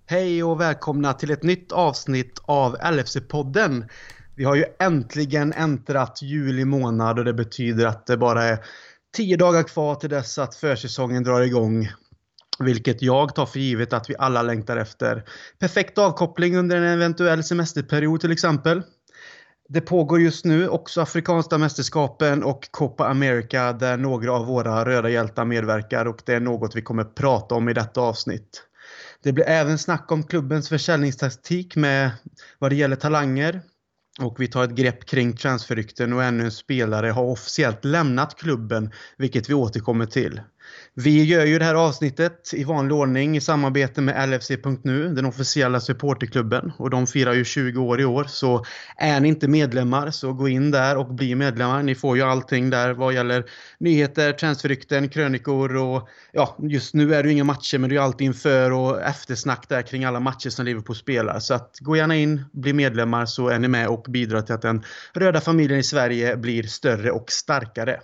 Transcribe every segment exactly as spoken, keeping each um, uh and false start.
Hej och välkomna till ett nytt avsnitt av L F C-podden. Vi har ju äntligen äntrat juli månad och det betyder att det bara är tio dagar kvar till dess att försäsongen drar igång. Vilket jag tar för givet att vi alla längtar efter. Perfekt avkoppling under en eventuell semesterperiod till exempel. Det pågår just nu också Afrikanska mästerskapen och Copa America där några av våra röda hjältar medverkar och det är något vi kommer prata om i detta avsnitt. Det blir även snack om klubbens försäljningstaktik med vad det gäller talanger. Och vi tar ett grepp kring transferrykten och ännu en spelare har officiellt lämnat klubben, vilket vi återkommer till. Vi gör ju det här avsnittet i vanlig ordning i samarbete med L F C punkt nu, den officiella supporterklubben. Och de firar ju tjugo år i år, så är ni inte medlemmar så gå in där och bli medlemmar. Ni får ju allting där vad gäller nyheter, transferrykten, krönikor och ja, just nu är det ju inga matcher men det är ju alltid inför och eftersnack där kring alla matcher som Liverpool spelar. Så att gå gärna in, bli medlemmar så är ni med och bidrar till att den röda familjen i Sverige blir större och starkare.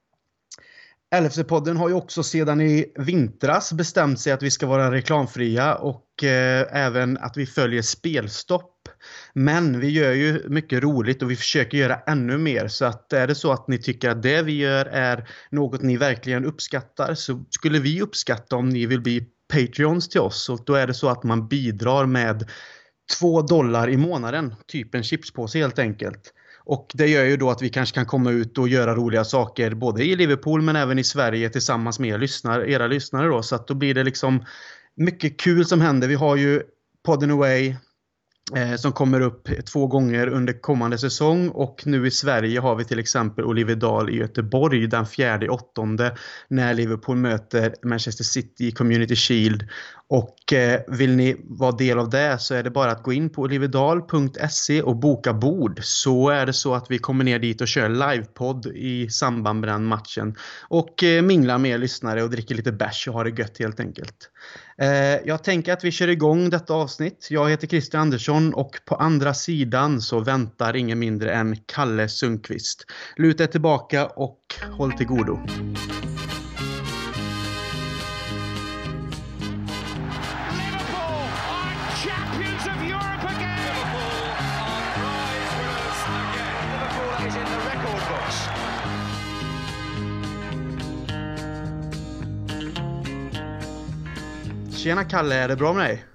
L F C-podden har ju också sedan i vintras bestämt sig att vi ska vara reklamfria och eh, även att vi följer spelstopp. Men vi gör ju mycket roligt och vi försöker göra ännu mer. Så att är det så att ni tycker att det vi gör är något ni verkligen uppskattar så skulle vi uppskatta om ni vill bli Patreons till oss. Och då är det så att man bidrar med två dollar i månaden, typ en chipspåse helt enkelt. Och det gör ju då att vi kanske kan komma ut och göra roliga saker både i Liverpool men även i Sverige tillsammans med er lyssnare, era lyssnare då. Så att då blir det liksom mycket kul som händer. Vi har ju Podden Away eh, som kommer upp två gånger under kommande säsong. Och nu i Sverige har vi till exempel Olivedal i Göteborg den fjärde åttonde när Liverpool möter Manchester City i Community Shield. Och eh, vill ni vara del av det så är det bara att gå in på olivedal punkt se och boka bord. Så är det så att vi kommer ner dit och kör livepodd i samband med den matchen. Och eh, minglar med er lyssnare och dricker lite bärs och har det gött helt enkelt. Eh, jag tänker att vi kör igång detta avsnitt. Jag heter Christian Andersson och på andra sidan så väntar ingen mindre än Kalle Sundqvist. Luta er tillbaka och håll till godo. Tjena Kalle, är det bra med dig?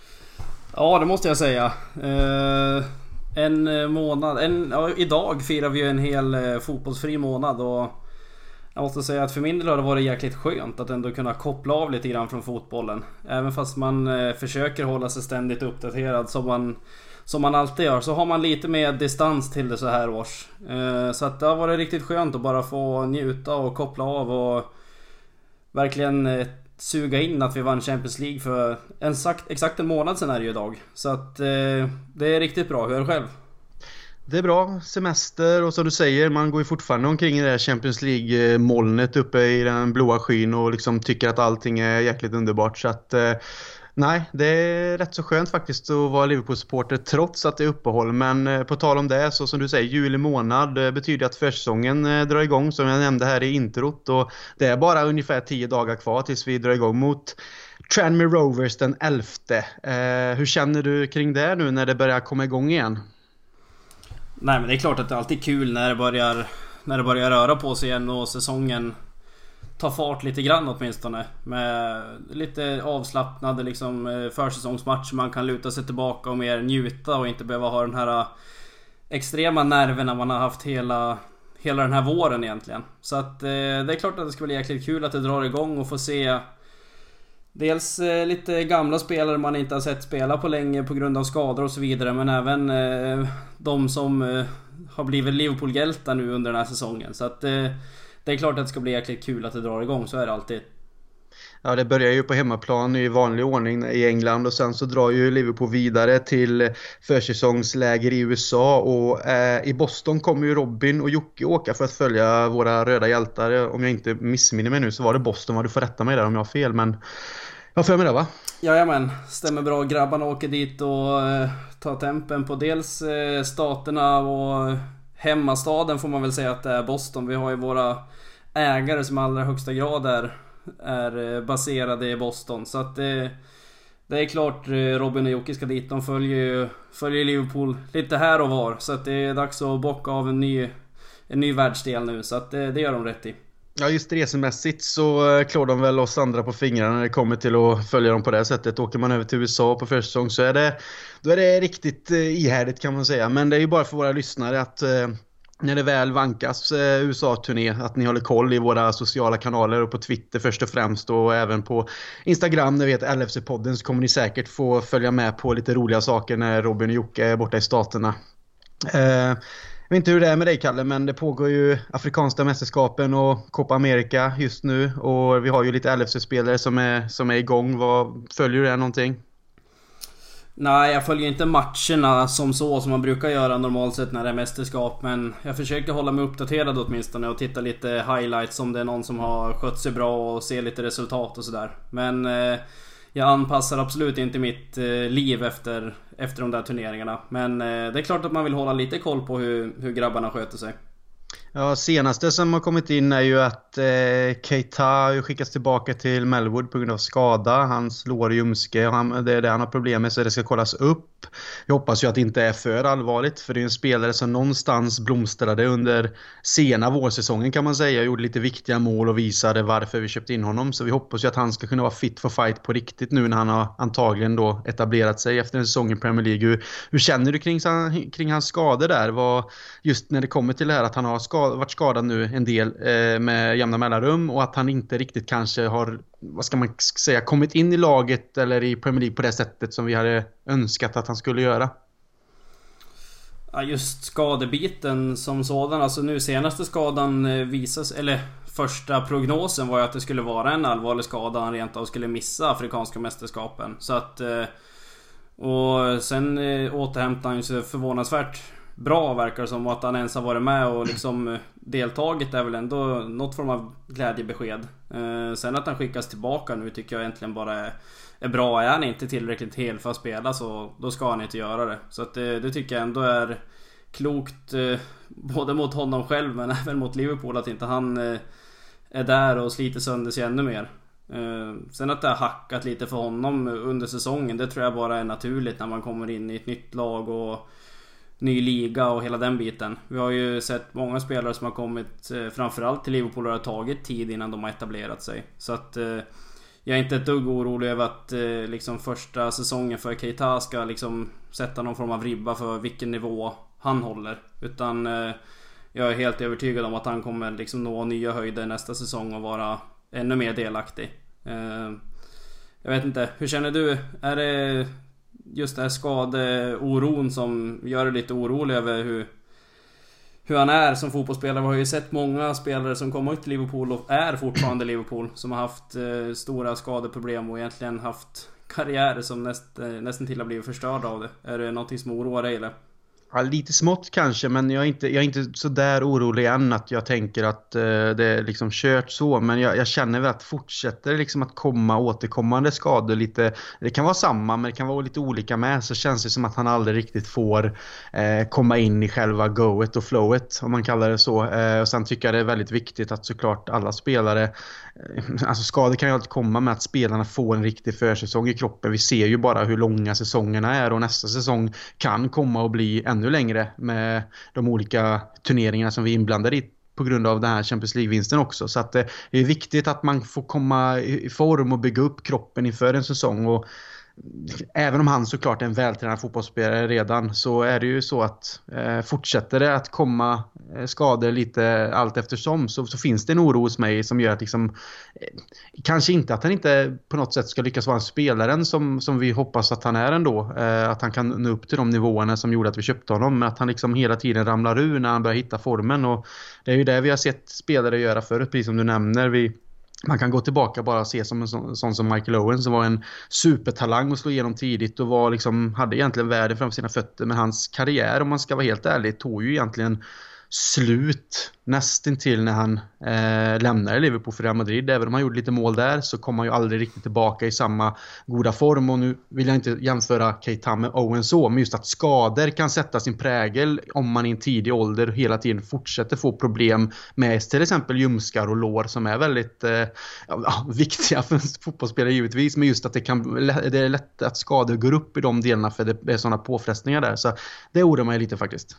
Ja, det måste jag säga. Eh, en månad, en, ja, idag firar vi ju en hel eh, fotbollsfri månad och jag måste säga att för min del har det varit jäkligt skönt att ändå kunna koppla av lite grann från fotbollen. Även fast man eh, försöker hålla sig ständigt uppdaterad som man, som man alltid gör så har man lite mer distans till det så här års. Eh, så att det har varit riktigt skönt att bara få njuta och koppla av och verkligen eh, suga in att vi vann Champions League för en exakt, exakt en månad sedan är det ju idag. Så att eh, det är riktigt bra. Hur är det själv? Det är bra, semester och som du säger, man går ju fortfarande omkring i det här Champions League-molnet uppe i den blåa skyn och liksom tycker att allting är jäkligt underbart. Så att eh, nej, det är rätt så skönt faktiskt att vara Liverpool-supporter trots att det är uppehåll. Men eh, på tal om det, så som du säger, juli månad eh, betyder att försäsongen eh, drar igång som jag nämnde här i introt. Och det är bara ungefär tio dagar kvar tills vi drar igång mot Tranmere Rovers den elfte. Eh, hur känner du kring det nu när det börjar komma igång igen? Nej, men det är klart att det är alltid kul när det börjar, när det börjar röra på sig igen och säsongen tar fart lite grann åtminstone. Med lite avslappnade liksom, försäsongsmatch man kan luta sig tillbaka och mer njuta och inte behöva ha den här extrema nerverna man har haft hela, hela den här våren egentligen. Så att eh, det är klart att det ska bli jäkligt kul att det drar igång och få se dels eh, lite gamla spelare man inte har sett spela på länge på grund av skador och så vidare. Men även eh, de som eh, har blivit Liverpool-hjältar nu under den här säsongen. Så att eh, det är klart att det ska bli jäkligt kul att det drar igång, så är det alltid. Ja, det börjar ju på hemmaplan i vanlig ordning i England och sen så drar ju Liverpool vidare till försäsongsläger i U S A och eh, i Boston kommer ju Robin och Jocke åka för att följa våra röda hjältar. Om jag inte missminner mig nu så var det Boston, vad du får rätta mig där om jag har fel, men jag får med det va? Jajamän, stämmer bra. Grabbarna åker dit och eh, tar tempen på dels eh, staterna och hemmastaden får man väl säga att det är Boston. Vi har ju våra ägare som i allra högsta grad är, är baserade i Boston. Så att det, Det är klart Robin och Jocke ska dit. De följer ju följer Liverpool lite här och var. Så att det är dags att bocka av en ny, en ny världsdel nu. Så att det, det gör de rätt i. Ja, just resemässigt så klår de väl oss andra på fingrarna när det kommer till att följa dem på det sättet. Åker man över till U S A på försäsong så är det, då är det riktigt ihärdigt kan man säga. Men det är ju bara för våra lyssnare att när det väl vankas U S A-turné att ni håller koll i våra sociala kanaler och på Twitter först och främst och även på Instagram, när vi heter L F C-podden, så kommer ni säkert få följa med på lite roliga saker när Robin och Jocke är borta i staterna. Eh, Jag vet inte hur det är med dig, Kalle, men det pågår ju afrikanska mästerskapen och Copa America just nu. Och vi har ju lite L F C-spelare som är, som är igång. Vad, följer du det någonting? Nej, jag följer inte matcherna som så som man brukar göra normalt sett när det är mästerskap. Men jag försöker hålla mig uppdaterad åtminstone och titta lite highlights om det är någon som har skött sig bra och se lite resultat och sådär. Men eh, jag anpassar absolut inte mitt eh, liv efter, efter de där turneringarna. Men eh, det är klart att man vill hålla lite koll på hur, hur grabbarna sköter sig. Ja, senaste som har kommit in är ju att eh, Keita skickas tillbaka till Melwood på grund av skada. Han slår ljumske och han, det är det han har problem med, så det ska kollas upp. Jag hoppas ju att det inte är för allvarligt, för det är en spelare som någonstans blomstrade under sena vårsäsongen kan man säga. Gjorde lite viktiga mål och visade varför vi köpte in honom. Så vi hoppas ju att han ska kunna vara fit for fight på riktigt nu när han har antagligen då etablerat sig efter en säsong i Premier League. Hur, hur känner du kring, kring hans skador där? Vad, just när det kommer till det här att han har skad, varit skadad nu en del eh, med jämna mellanrum och att han inte riktigt kanske har, vad ska man säga, kommit in i laget eller i Premier League på det sättet som vi hade önskat att han skulle göra. Ja, just skadebiten som sådan, alltså nu senaste skadan visas, eller första prognosen var ju att det skulle vara en allvarlig skada, han rent av skulle missa afrikanska mästerskapen. Så att och sen återhämtade han sig förvånansvärt bra, verkar som, att han ens har varit med och liksom deltagit är väl ändå något form av glädjebesked. Eh, sen att han skickas tillbaka nu tycker jag egentligen bara är, är bra. Är han inte tillräckligt hel för att spela så då ska han inte göra det. Så att det, det tycker jag ändå är klokt eh, både mot honom själv men även mot Liverpool, att inte han eh, är där och sliter sönder sig ännu mer. Eh, sen att det har hackat lite för honom under säsongen, det tror jag bara är naturligt när man kommer in i ett nytt lag och ny liga och hela den biten. Vi har ju sett många spelare som har kommit eh, framförallt till Liverpool och har tagit tid innan de har etablerat sig. Så att eh, jag är inte ett dugg orolig över att eh, liksom första säsongen för Keita ska liksom sätta någon form av ribba för vilken nivå han håller. Utan eh, jag är helt övertygad om att han kommer liksom nå nya höjder nästa säsong och vara ännu mer delaktig. Eh, jag vet inte, hur känner du? Är det just det här skadeoron som gör det lite orolig över hur, hur han är som fotbollsspelare? Vi har ju sett många spelare som kommer ut till Liverpool och är fortfarande Liverpool som har haft eh, stora skadeproblem och egentligen haft karriärer som näst, eh, nästan till har blivit förstörda av det. Är det någonting som oroar dig eller? Ja, lite smått kanske, men jag är inte, jag är inte så där orolig än att jag tänker att eh, det är liksom kört så. Men jag, jag känner väl att fortsätter liksom att komma återkommande skador lite, det kan vara samma men det kan vara lite olika med, så känns det som att han aldrig riktigt får eh, komma in i själva goet och flowet, om man kallar det så. Eh, och sen tycker jag det är väldigt viktigt att såklart alla spelare, eh, alltså skador kan ju alltid komma med att spelarna får en riktig försäsong i kroppen. Vi ser ju bara hur långa säsongerna är och nästa säsong kan komma och bli ännu längre med de olika turneringarna som vi är inblandade i på grund av den här Champions League-vinsten också. Så att det är viktigt att man får komma i form och bygga upp kroppen inför en säsong. Och även om han såklart är en vältränad fotbollsspelare redan, så är det ju så att eh, fortsätter det att komma eh, skador lite allt eftersom, så, så finns det en oro hos mig som gör att liksom, eh, kanske inte att han inte på något sätt ska lyckas vara en spelaren som, som vi hoppas att han är ändå, eh, att han kan nå upp till de nivåerna som gjorde att vi köpte honom, men att han liksom hela tiden ramlar ur när han börjar hitta formen. Och det är ju det vi har sett spelare göra förut, precis som du nämner. Vi Man kan gå tillbaka bara och se som en sån, sån som Michael Owen som var en supertalang och slå igenom tidigt och var liksom, hade egentligen värde framför sina fötter. Men hans karriär, om man ska vara helt ärlig, tog ju egentligen slut nästintill när han eh, lämnade Liverpool för Real Madrid. Även om han gjorde lite mål där så kom han ju aldrig riktigt tillbaka i samma goda form. Och nu vill jag inte jämföra Keita med Owen så, men just att skador kan sätta sin prägel om man i en tidig ålder hela tiden fortsätter få problem med till exempel ljumskar och lår som är väldigt eh, ja, viktiga för en fotbollsspelare givetvis. Men just att det, kan, det är lätt att skador går upp i de delarna för det är sådana påfrestningar där. Så det oroar mig lite faktiskt.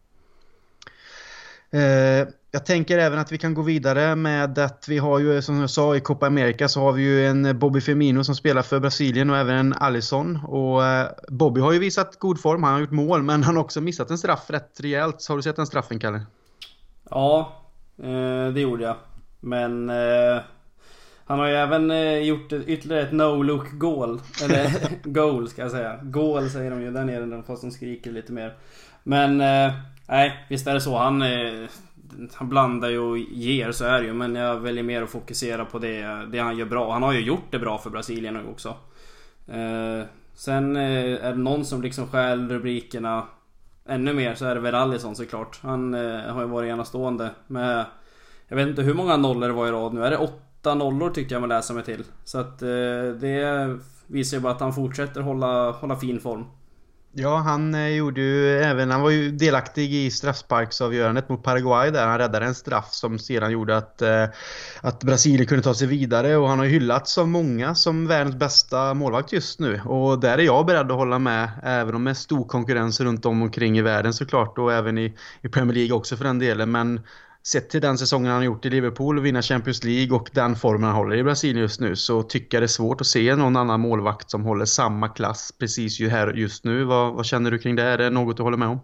Eh, jag tänker även att vi kan gå vidare med att vi har ju, som jag sa, i Copa America så har vi ju en Bobby Firmino som spelar för Brasilien och även en Alisson. Och eh, Bobby har ju visat god form, han har gjort mål, men han har också missat en straff rätt rejält. Så har du sett den straffen, Kalle? Ja, eh, det gjorde jag. Men eh, han har ju även eh, gjort ytterligare ett no-look goal. Eller goal ska jag säga. Goal säger de ju där nere, fast de skriker lite mer. Men eh, nej, visst är det så. Han, eh, han blandar ju och ger, så är det ju. Men jag väljer mer att fokusera på det, det han gör bra. Han har ju gjort det bra för Brasilien nu också. Eh, sen eh, är det någon som liksom stjäl rubrikerna ännu mer, så är det väl Alisson såklart. Han eh, har ju varit enastående med, jag vet inte hur många nollor det var i rad nu. Är det åtta nollor tyckte jag man läser mig till. Så att eh, det visar ju bara att han fortsätter hålla, hålla fin form. Ja, han eh, gjorde ju även, han var ju delaktig i straffsparksavgörandet mot Paraguay där han räddade en straff som sedan gjorde att, eh, att Brasilien kunde ta sig vidare, och han har ju hyllats som många som världens bästa målvakt just nu, och där är jag beredd att hålla med, även om det är stor konkurrens runt om omkring i världen såklart, och även i, i Premier League också för den delen, men sett till den säsongen han har gjort i Liverpool och vinna Champions League och den formen han håller i Brasilien just nu, så tycker jag det är svårt att se någon annan målvakt som håller samma klass precis ju här just nu. Vad, vad känner du kring det? Är det något du håller med om?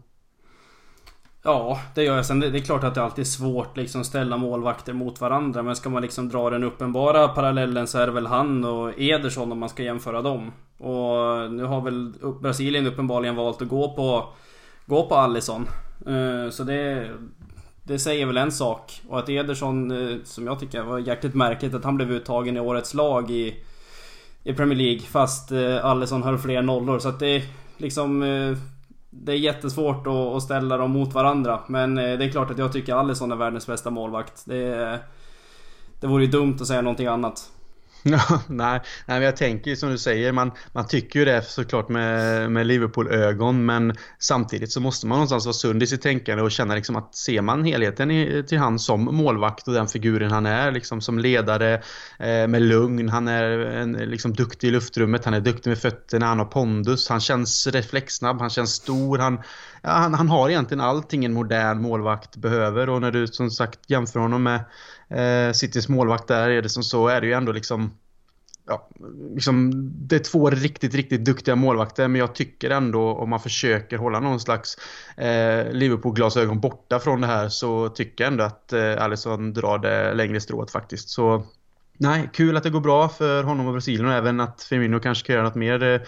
Ja, det gör jag. Sen det, det är klart att det alltid är svårt liksom ställa målvakter mot varandra, men ska man liksom dra den uppenbara parallellen så är det väl han och Ederson om man ska jämföra dem. Och nu har väl Brasilien uppenbarligen valt att gå på gå på Alisson. Uh, så det Det säger väl en sak. Och att Ederson, som jag tycker var jäkligt märkligt, att han blev uttagen i årets lag i, i Premier League, fast Alisson har fler nollor. Så att det liksom, det är jättesvårt att, att ställa dem mot varandra. Men det är klart att jag tycker Alisson är världens bästa målvakt. Det, det vore ju dumt att säga någonting annat. nej, nej, men jag tänker som du säger, man, man tycker ju det såklart med, med Liverpool-ögon, men samtidigt så måste man någonstans vara sund i sitt tänkande och känna liksom att ser man helheten i, till han som målvakt och den figuren han är liksom som ledare eh, med lugn, han är en, liksom duktig i luftrummet, han är duktig med fötterna, han har pondus, han känns reflexsnabb, han känns stor, han, ja, han, han har egentligen allting en modern målvakt behöver, och när du som sagt jämför honom med Eh, Citys målvakt där är det som så är det ju ändå liksom, ja, liksom det är två riktigt riktigt duktiga målvakter, men jag tycker ändå om man försöker hålla någon slags eh, Liverpool-glasögon borta från det här, så tycker jag ändå att eh, Alisson drar det längre strået faktiskt. Så nej, kul att det går bra för honom och Brasilien, och även att Firmino kanske kan göra något mer eh,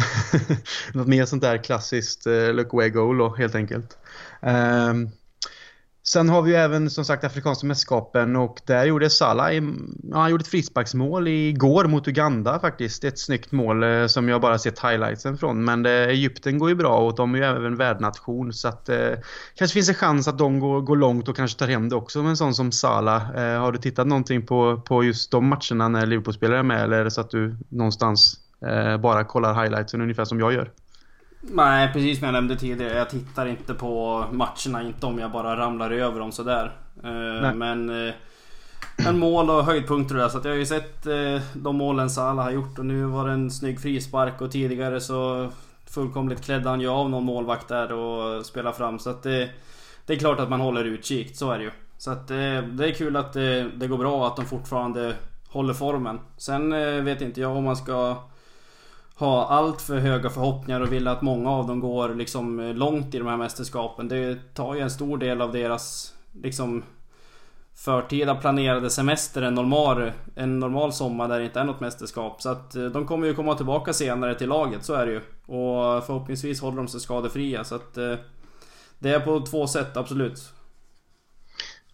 något mer sånt där klassiskt eh, look away goal då, helt enkelt. Um, Sen har vi ju även som sagt afrikanska mästerskapen, och där gjorde Salah i, ja, han gjorde ett frisparksmål igår mot Uganda faktiskt. Det är ett snyggt mål eh, som jag bara sett highlightsen från, men det, Egypten går ju bra och de är ju även värdnation, så att eh, kanske finns en chans att de går, går långt och kanske tar hem det också med en sån som Salah. Eh, har du tittat någonting på, på just de matcherna när Liverpool-spelare är med, eller är det så att du någonstans eh, bara kollar highlightsen ungefär som jag gör? Nej, precis som jag nämnde tidigare. Jag tittar inte på matcherna, inte om jag bara ramlar över dem sådär. Uh, men uh, en mål och höjdpunkter där. Så att jag har ju sett uh, de målen Salah har gjort. Och nu var det en snygg frispark. Och tidigare så fullkomligt klädde han ju av någon målvakt där och spelade fram. Så att det, det är klart att man håller utkik. Så är det ju. Så att uh, det är kul att det, det går bra, att de fortfarande håller formen. Sen uh, vet inte jag om man ska ha allt för höga förhoppningar och vill att många av dem går liksom långt i de här mästerskapen. Det tar ju en stor del av deras liksom förtida planerade semester, en normal, en normal sommar där det inte är något mästerskap. Så att de kommer ju komma tillbaka senare till laget, så är det ju. Och förhoppningsvis håller de sig skadefria. Så att det är på två sätt, absolut.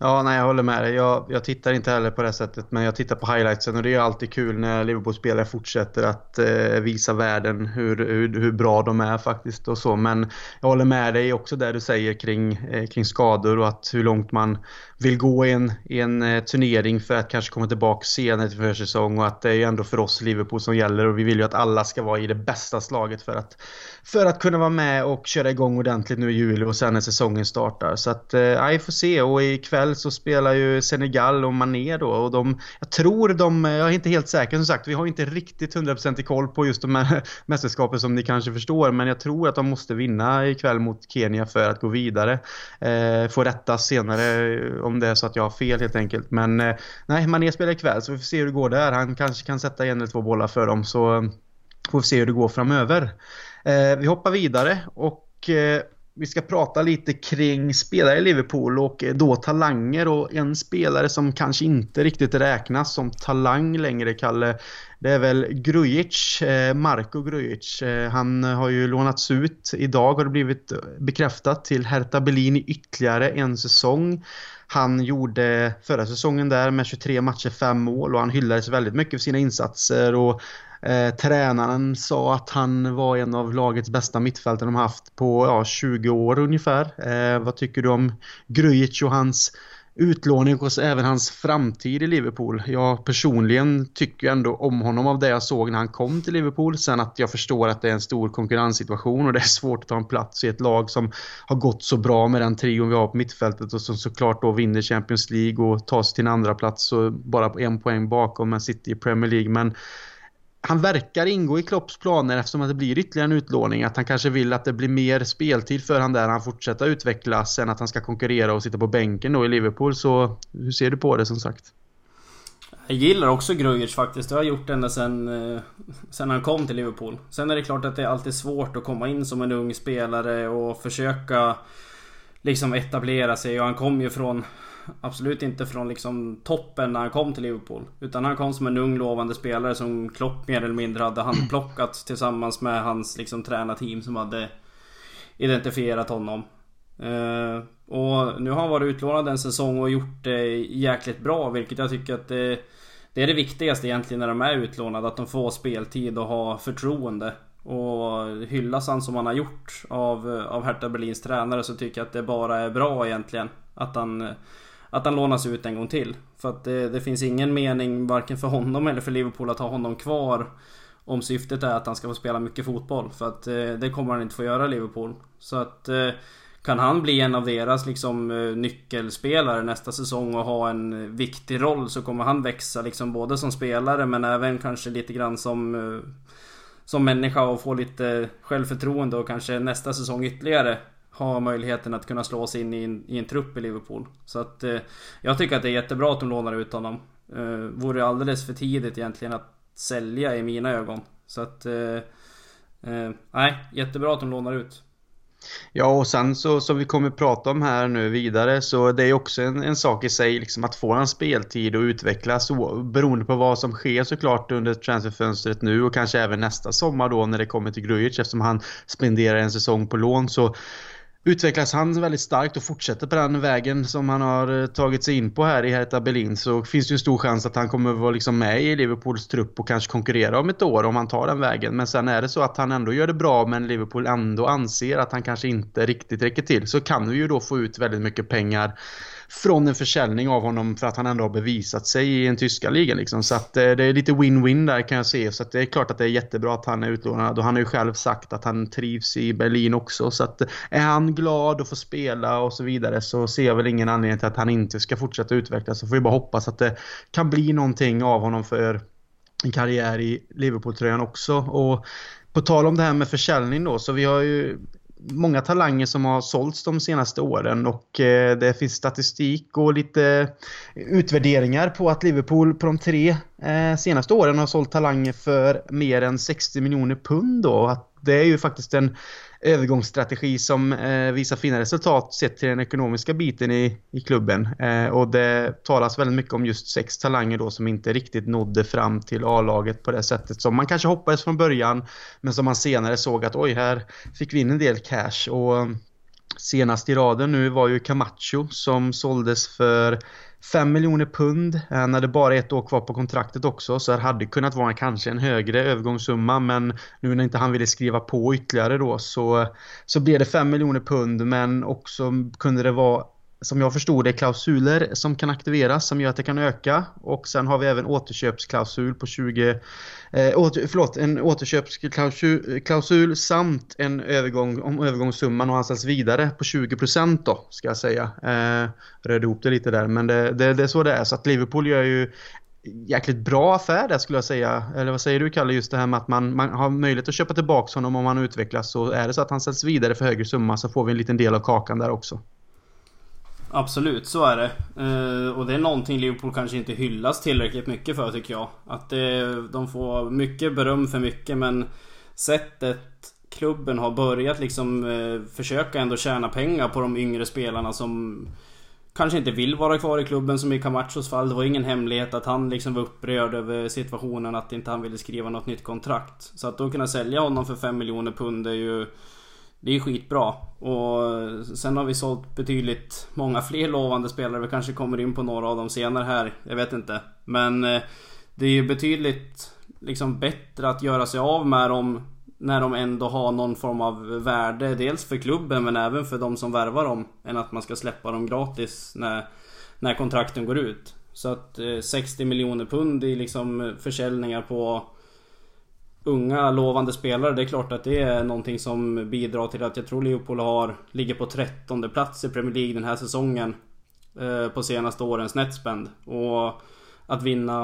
Ja, nej, jag håller med dig. Jag, jag tittar inte heller på det sättet, men jag tittar på highlightsen och det är alltid kul när Liverpool-spelare fortsätter att eh, visa världen hur, hur, hur bra de är faktiskt och så. Men jag håller med dig också där du säger kring, eh, kring skador och att hur långt man vill gå i en, i en eh, turnering för att kanske komma tillbaka senare till försäsong, och att det är ändå för oss Liverpool som gäller och vi vill ju att alla ska vara i det bästa slaget för att, för att kunna vara med och köra igång ordentligt nu i juli och sen när säsongen startar. Så att, eh, jag får se, och ikväll så spelar ju Senegal och Mané då, och de, jag tror de, jag är inte helt säker som sagt, vi har inte riktigt hundra procent i koll på just de här mästerskapen som ni kanske förstår, men jag tror att de måste vinna ikväll mot Kenya för att gå vidare. Eh, få rätta senare om det är så att jag har fel helt enkelt, men eh, nej, Mané spelar ikväll så vi får se hur det går där. Han kanske kan sätta en eller två bollar för dem, så får vi se hur det går framöver. Eh, vi hoppar vidare och eh, vi ska prata lite kring spelare i Liverpool och då talanger, och en spelare som kanske inte riktigt räknas som talang längre, Kalle, det är väl Grujic, eh, Marko Grujic. Eh, han har ju lånats ut. Idag har det blivit bekräftat till Hertha Berlin i ytterligare en säsong. Han gjorde förra säsongen där med tjugotre matcher, fem mål, och han hyllades väldigt mycket för sina insatser, och Eh, tränaren sa att han var en av lagets bästa mittfältare de haft på ja, tjugo år ungefär. Eh, vad tycker du om Grujic och hans utlåning och även hans framtid i Liverpool? Jag personligen tycker ändå om honom av det jag såg när han kom till Liverpool. Sen att jag förstår att det är en stor konkurrenssituation och det är svårt att ta en plats i ett lag som har gått så bra med den trion vi har på mittfältet och som såklart då vinner Champions League och tar sig till en andra plats och bara på en poäng bakom Man City i Premier League. Men han verkar ingå i Klopps planer eftersom att det blir ytterligare en utlåning. Att han kanske vill att det blir mer speltid för han där han fortsätter utvecklas än att han ska konkurrera och sitta på bänken då i Liverpool. Så hur ser du på det som sagt? Jag gillar också Grujic faktiskt. Det har jag gjort ända sedan, sedan han kom till Liverpool. Sen är det klart att det är alltid svårt att komma in som en ung spelare och försöka liksom etablera sig. Och han kom ju från... absolut inte från liksom toppen när han kom till Liverpool, utan han kom som en ung lovande spelare som Klopp mer eller mindre hade handplockat tillsammans med hans liksom tränarteam som hade identifierat honom. Uh, och nu har han varit utlånad en säsong och gjort det jäkligt bra, vilket jag tycker att det, det är det viktigaste egentligen när de är utlånade, att de får speltid och har förtroende. Och hyllas han som han har gjort av, av Hertha Berlins tränare, så tycker jag att det bara är bra egentligen att han, att han lånas ut en gång till. För att det, det finns ingen mening varken för honom eller för Liverpool att ha honom kvar om syftet är att han ska få spela mycket fotboll. För att det kommer han inte få göra i Liverpool. Så att kan han bli en av deras liksom nyckelspelare nästa säsong och ha en viktig roll, så kommer han växa liksom både som spelare men även kanske lite grann som som människa och få lite självförtroende och kanske nästa säsong ytterligare ha möjligheten att kunna slå sig in i en, i en trupp i Liverpool. Så att eh, jag tycker att det är jättebra att de lånar ut honom. Eh, vore alldeles för tidigt egentligen att sälja i mina ögon. Så att eh, eh, nej, jättebra att de lånar ut. Ja, och sen så som vi kommer att prata om här nu vidare, så det är också en, en sak i sig liksom, att få en speltid och utvecklas och, beroende på vad som sker såklart under transferfönstret nu och kanske även nästa sommar då när det kommer till Grujic, eftersom han spenderar en säsong på lån, så utvecklas han väldigt starkt och fortsätter på den vägen som han har tagit sig in på här i Hertha Berlin, så finns det ju en stor chans att han kommer att vara liksom med i Liverpools trupp och kanske konkurrera om ett år om han tar den vägen. Men sen är det så att han ändå gör det bra men Liverpool ändå anser att han kanske inte riktigt räcker till, så kan vi ju då få ut väldigt mycket pengar från en försäljning av honom för att han ändå har bevisat sig i en tyska ligan liksom. Så att eh, det är lite win-win där kan jag se. Så att det är klart att det är jättebra att han är utlånad, och han har ju själv sagt att han trivs i Berlin också. Så att är han glad att få spela och så vidare, så ser jag väl ingen anledning till att han inte ska fortsätta utvecklas. Så får vi bara hoppas att det kan bli någonting av honom för en karriär i Liverpool-tröjan också. Och på tal om det här med försäljning då, så vi har ju många talanger som har sålts de senaste åren, och eh, det finns statistik och lite utvärderingar på att Liverpool på de tre eh, senaste åren har sålt talanger för mer än sextio miljoner pund då. Att det är ju faktiskt en övergångsstrategi som eh, visar fina resultat sett till den ekonomiska biten i, i klubben. Eh, och det talas väldigt mycket om just sex talanger då som inte riktigt nådde fram till A-laget på det sättet som man kanske hoppades från början, men som man senare såg att oj, här fick vi in en del cash. Och senast i raden nu var ju Camacho som såldes för fem miljoner pund. Han hade bara ett år kvar på kontraktet också, så det hade kunnat vara kanske en högre övergångssumma, men nu när inte han ville skriva på ytterligare då så, så blev det fem miljoner pund, men också kunde det vara, som jag förstod det, klausuler som kan aktiveras som gör att det kan öka. Och sen har vi även återköpsklausul på tjugo eh, åter, förlåt, en återköpsklausul klausul samt en övergång om övergångssumman och anställs vidare på tjugo procent då, ska jag säga. Eh, rörde ihop det lite där, men det, det, det är så det är. Så att Liverpool gör ju jäkligt bra affär där, skulle jag säga. Eller vad säger du, Kalle, just det här med att man, man har möjlighet att köpa tillbaka honom om han utvecklas, så är det så att han sätts vidare för högre summa så får vi en liten del av kakan där också. Absolut, så är det. Uh, och det är någonting Liverpool kanske inte hyllas tillräckligt mycket för, tycker jag. Att det, de får mycket beröm för mycket, men sättet klubben har börjat liksom uh, försöka ändå tjäna pengar på de yngre spelarna som kanske inte vill vara kvar i klubben, som i Camachos fall. Det var ingen hemlighet att han liksom var upprörd över situationen, att inte han ville skriva något nytt kontrakt. Så att då kunna sälja honom för fem miljoner pund är ju, det är skitbra. Och sen har vi sålt betydligt många fler lovande spelare. Vi kanske kommer in på några av dem senare här, jag vet inte. Men det är ju betydligt liksom bättre att göra sig av med dem när de ändå har någon form av värde, dels för klubben men även för de som värvar dem, än att man ska släppa dem gratis när, när kontrakten går ut. Så att sextio miljoner pund i liksom försäljningar på unga lovande spelare, det är klart att det är någonting som bidrar till att jag tror Liverpool har, ligger på trettonde plats i Premier League den här säsongen eh, på senaste årens netspend. Och att vinna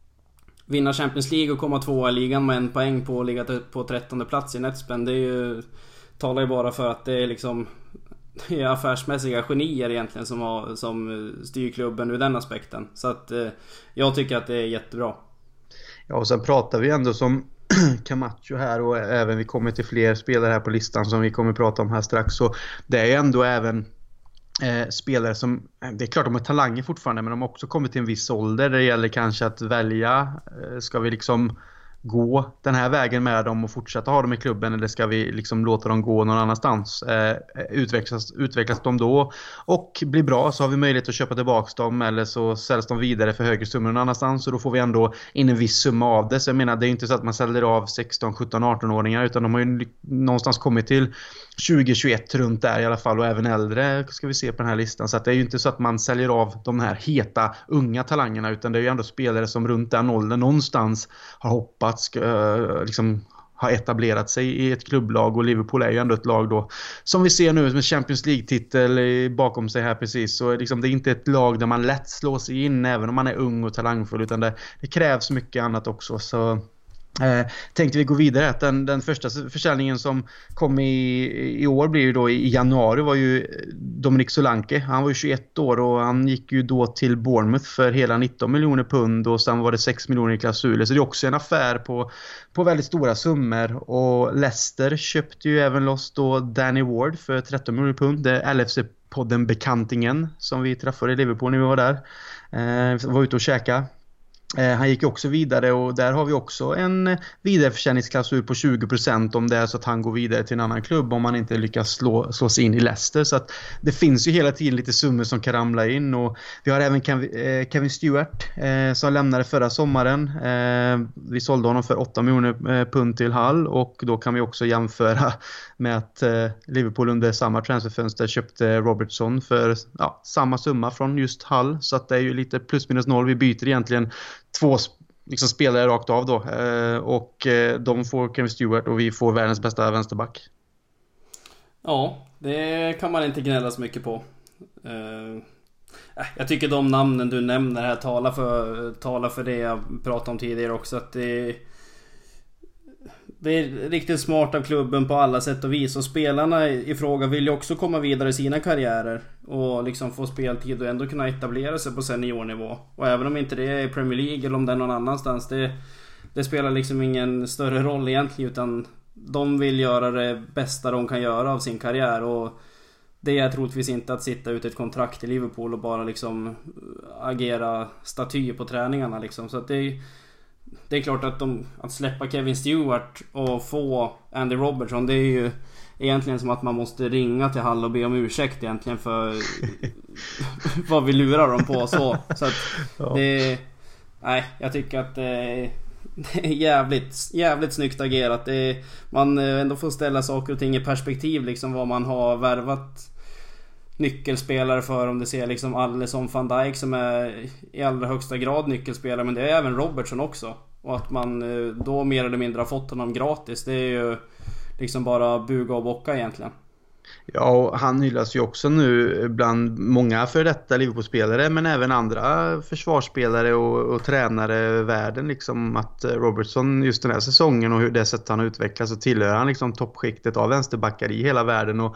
vinna Champions League och komma tvåa i ligan med en poäng på att ligga på trettonde plats i netspend, det är ju, talar ju bara för att det är liksom det är affärsmässiga genier egentligen som, har, som styr klubben ur den aspekten. Så att eh, jag tycker att det är jättebra. Ja, och sen pratar vi ändå som Camacho här, och även vi kommer till fler spelare här på listan som vi kommer prata om här strax, så det är ändå även eh, spelare som, det är klart de har talanger fortfarande, men de har också kommit till en viss ålder där det gäller kanske att välja, eh, ska vi liksom gå den här vägen med dem och fortsätta ha dem i klubben, eller ska vi liksom låta dem gå någon annanstans? Eh, utvecklas, utvecklas de då och blir bra, så har vi möjlighet att köpa tillbaka dem, eller så säljs de vidare för högre summor någon annanstans, och då får vi ändå in en viss summa av det. Så jag menar, det är inte så att man säljer av sexton, sjutton, arton-åringar, utan de har ju någonstans kommit till tjugo, tjugoett runt där i alla fall, och även äldre ska vi se på den här listan. Så att det är ju inte så att man säljer av de här heta unga talangerna, utan det är ju ändå spelare som runt den åldern någonstans har hoppat, ska, liksom, har etablerat sig i ett klubblag, och Liverpool är ju ändå ett lag då, som vi ser nu med Champions League-titel bakom sig här precis, så liksom, det är inte ett lag där man lätt slår sig in även om man är ung och talangfull, utan det, det krävs mycket annat också. Så Eh, tänkte vi gå vidare att den, den första försäljningen som kom i, i år blir ju då i januari, var ju Dominic Solanke. Han var ju tjugoett år och han gick ju då till Bournemouth för hela nitton miljoner pund, och sen var det sex miljoner i klausuler, så det är också en affär på, på väldigt stora summor. Och Leicester köpte ju även loss då Danny Ward för tretton miljoner pund. Det är L F C-podden Bekantingen som vi träffade i Liverpool när vi var där, eh, var ute och käka. Eh, han gick också vidare, och där har vi också en vidareförsäljningsklausul på tjugo procent om det är så att han går vidare till en annan klubb om man inte lyckas slå, slå sig in i Leicester. Så att det finns ju hela tiden lite summor som kan ramla in, och vi har även Kevin, eh, Kevin Stewart eh, som lämnade förra sommaren. Eh, vi sålde honom för åtta miljoner eh, pund till Hull, och då kan vi också jämföra med att eh, Liverpool under samma transferfönster köpte Robertson för ja, samma summa från just Hull. Så att det är ju lite plus minus noll. Vi byter egentligen två liksom spelare rakt av då, eh, och eh, de får Kevin Stewart och vi får världens bästa vänsterback. Ja, det kan man inte gnälla så mycket på. eh, Jag tycker de namnen du nämner här talar för, talar för det jag pratade om tidigare också, att det Det är riktigt smart av klubben på alla sätt och vis, och spelarna i fråga vill ju också komma vidare i sina karriärer och liksom få speltid och ändå kunna etablera sig på seniornivå. Och även om inte det är i Premier League eller om det är någon annanstans, det, det spelar liksom ingen större roll egentligen, utan de vill göra det bästa de kan göra av sin karriär, och det är troligtvis inte att sitta ut ett kontrakt i Liverpool och bara liksom agera staty på träningarna liksom. Så att det är Det är klart att, de, att släppa Kevin Stewart och få Andy Robertson, det är ju egentligen som att man måste ringa till Hall och be om ursäkt egentligen för vad vi lurar dem på så. Så att ja. det... Nej, jag tycker att det är, det är jävligt, jävligt snyggt agerat. Det är, man ändå får ställa saker och ting i perspektiv liksom, vad man har värvat nyckelspelare för. Om det ser liksom Alisson, Van Dijk som är i allra högsta grad nyckelspelare, men det är även Robertson också. Och att man då mer eller mindre har fått honom gratis, det är ju liksom bara buga och bocka egentligen. Ja, och han hyllas ju också nu bland många för detta Liverpool-spelare, men även andra försvarsspelare och, och tränare i världen liksom, att Robertson just den här säsongen och hur det sätt han har utvecklats, så tillhör han liksom toppskiktet av vänsterbackar i hela världen. Och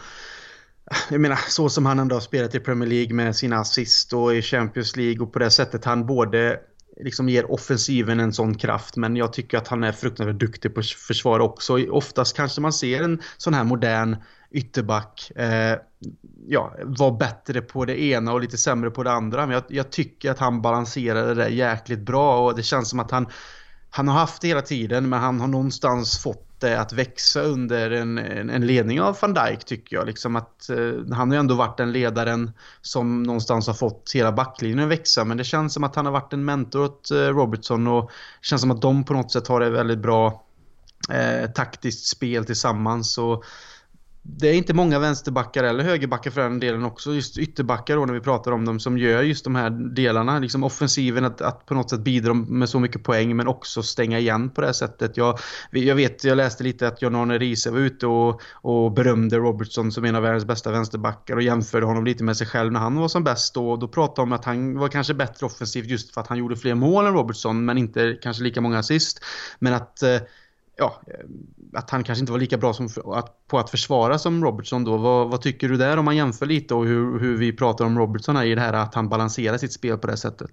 jag menar, så som han ändå har spelat i Premier League med sina assist och i Champions League, och på det sättet han både liksom ger offensiven en sån kraft, men jag tycker att han är fruktansvärt duktig på försvar också. Oftast kanske man ser en sån här modern ytterback eh, ja, var bättre på det ena och lite sämre på det andra, men jag, jag tycker att han balanserar det där jäkligt bra, och det känns som att han han har haft det hela tiden, men han har någonstans fått det att växa under en, en, en ledning av Van Dijk, tycker jag. Liksom att, eh, han har ju ändå varit den ledaren som någonstans har fått hela backlinjen att växa, men det känns som att han har varit en mentor åt eh, Robertson, och det känns som att de på något sätt har ett väldigt bra eh, taktiskt spel tillsammans. Och det är inte många vänsterbackar eller högerbackar för den delen också, just ytterbackar då, när vi pratar om dem, som gör just de här delarna, liksom offensiven, att, att på något sätt bidra med så mycket poäng, men också stänga igen på det här sättet. Jag, jag vet, jag läste lite att John-Arne Riise var ute och, och berömde Robertson som en av världens bästa vänsterbackar och jämförde honom lite med sig själv när han var som bäst, och då pratade om att han var kanske bättre offensivt just för att han gjorde fler mål än Robertson, men inte kanske lika många assist, men att ja, att han kanske inte var lika bra som att, på att försvara som Robertson då. Vad, vad tycker du där om man jämför lite, och hur, hur vi pratar om Robertson här i det här att han balanserar sitt spel på det sättet?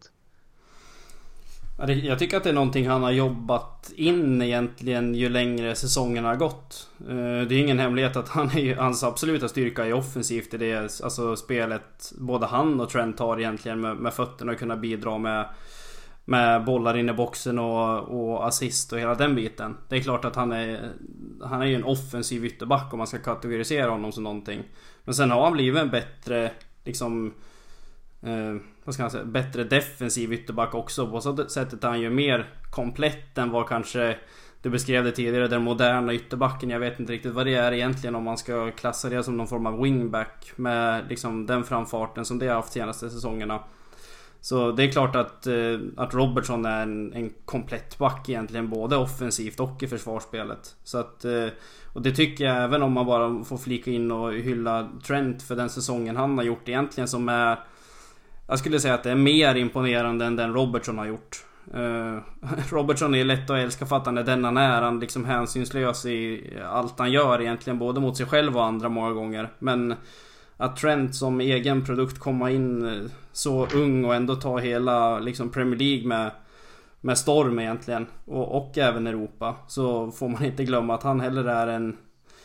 Jag tycker att det är någonting han har jobbat in egentligen ju längre säsongen har gått. Det är ingen hemlighet att han är, hans absoluta styrka är offensivt i det, alltså spelet både han och Trent har egentligen med, med fötterna och kunna bidra med med bollar in i boxen och, och assist och hela den biten. Det är klart att han är han är ju en offensiv ytterback om man ska kategorisera honom som någonting. Men sen har han blivit en bättre liksom eh, vad ska man säga, bättre defensiv ytterback också. På så sättet är han ju mer komplett än vad kanske du beskrev det tidigare, den moderna ytterbacken. Jag vet inte riktigt vad det är egentligen, om man ska klassa det som någon form av wingback med liksom den framfarten som det har haft senaste säsongerna. Så det är klart att, att Robertson är en, en komplett back egentligen, både offensivt och i försvarsspelet. Så att, och det tycker jag, även om man bara får flika in och hylla Trent för den säsongen han har gjort egentligen, som är, jag skulle säga att det är mer imponerande än den Robertson har gjort. Uh, Robertson är lätt att älska för att han är den han är. Han liksom hänsynslös i allt han gör egentligen, både mot sig själv och andra många gånger. Men att Trent som egen produkt komma in så ung och ändå ta hela liksom Premier League med, med storm egentligen, och, och även Europa, så får man inte glömma att han heller är en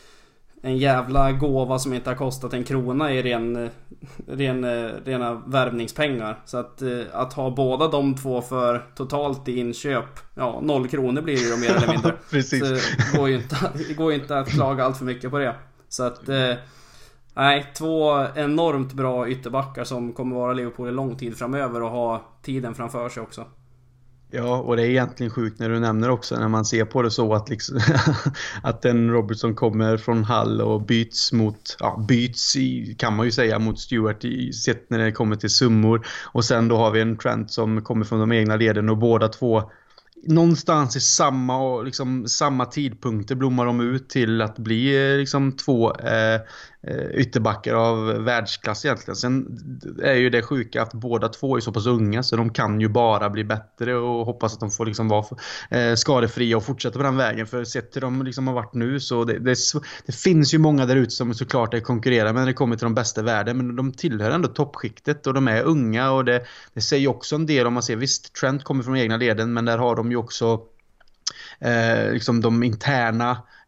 en jävla gåva som inte har kostat en krona i ren, ren, rena värvningspengar. Så att, att ha båda de två för totalt i inköp, ja, noll kronor blir det ju mer eller mindre. Precis. Så det går ju inte, det går ju inte att klaga allt för mycket på det. Så att nej, två enormt bra ytterbackar som kommer vara Liverpool i lång tid framöver och ha tiden framför sig också. Ja, och det är egentligen sjukt när du nämner också, när man ser på det så att liksom att den Robertson kommer från Hull och byts mot, ja, byts i, kan man ju säga, mot Stewart i sett när det kommer till summor, och sen då har vi en Trent som kommer från de egna leden, och båda två någonstans i samma och liksom samma tidpunkter blommar de ut till att bli liksom två eh, ytterbackar av världsklass egentligen. Sen är ju det sjuka att båda två är så pass unga, så de kan ju bara bli bättre, och hoppas att de får liksom vara eh, skadefria och fortsätta på den vägen. För sett till de liksom har varit nu, så det, det, det finns ju många där ute som såklart är konkurrerar, men det kommer till de bästa i världen, men de tillhör ändå toppskiktet och de är unga, och det, det säger också en del om man ser, visst Trent kommer från egna leden, men där har de ju också Eh, liksom de interna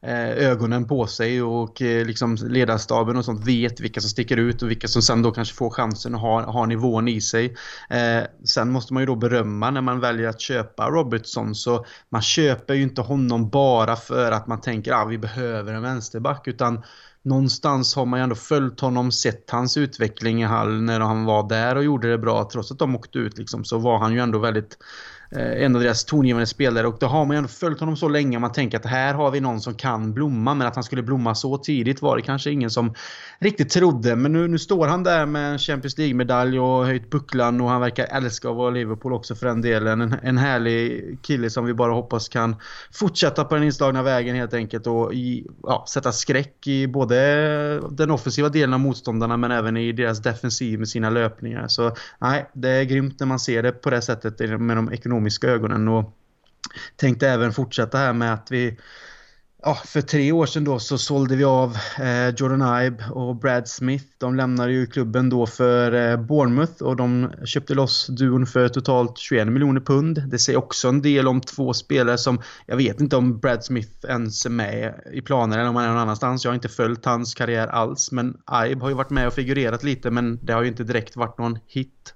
ögonen på sig och liksom ledarstaben och sånt vet vilka som sticker ut och vilka som sen då kanske får chansen och har, har nivån i sig. Eh, sen måste man ju då berömma när man väljer att köpa Robertson, så man köper ju inte honom bara för att man tänker att ah, vi behöver en vänsterback, utan någonstans har man ju ändå följt honom, sett hans utveckling i Hull när han var där och gjorde det bra. Trots att de åkte ut liksom, så var han ju ändå väldigt eh, en av deras tongivande spelare, och då har man ju ändå följt honom så länge. Man tänker att här har vi någon som kan blomma, men att han skulle blomma så tidigt var det kanske ingen som riktigt trodde. Men nu, nu står han där med en Champions League-medalj och höjt bucklan, och han verkar älska att vara Liverpool också för den delen. En, en härlig kille som vi bara hoppas kan fortsätta på den inslagna vägen helt enkelt, och i, ja, sätta skräck i både den offensiva delen av motståndarna men även i deras defensiv med sina löpningar. Så nej, det är grymt när man ser det på det sättet med de ekonomiska ögonen. Och tänkte även fortsätta här med att vi Ja, för tre år sedan då så sålde vi av eh, Jordan Ibe och Brad Smith. De lämnade ju klubben då för eh, Bournemouth, och de köpte loss duon för totalt tjugoen miljoner pund. Det säger också en del om två spelare som, jag vet inte om Brad Smith ens är med i planer eller om han är någon annanstans. Jag har inte följt hans karriär alls, men Ibe har ju varit med och figurerat lite, men det har ju inte direkt varit någon hit.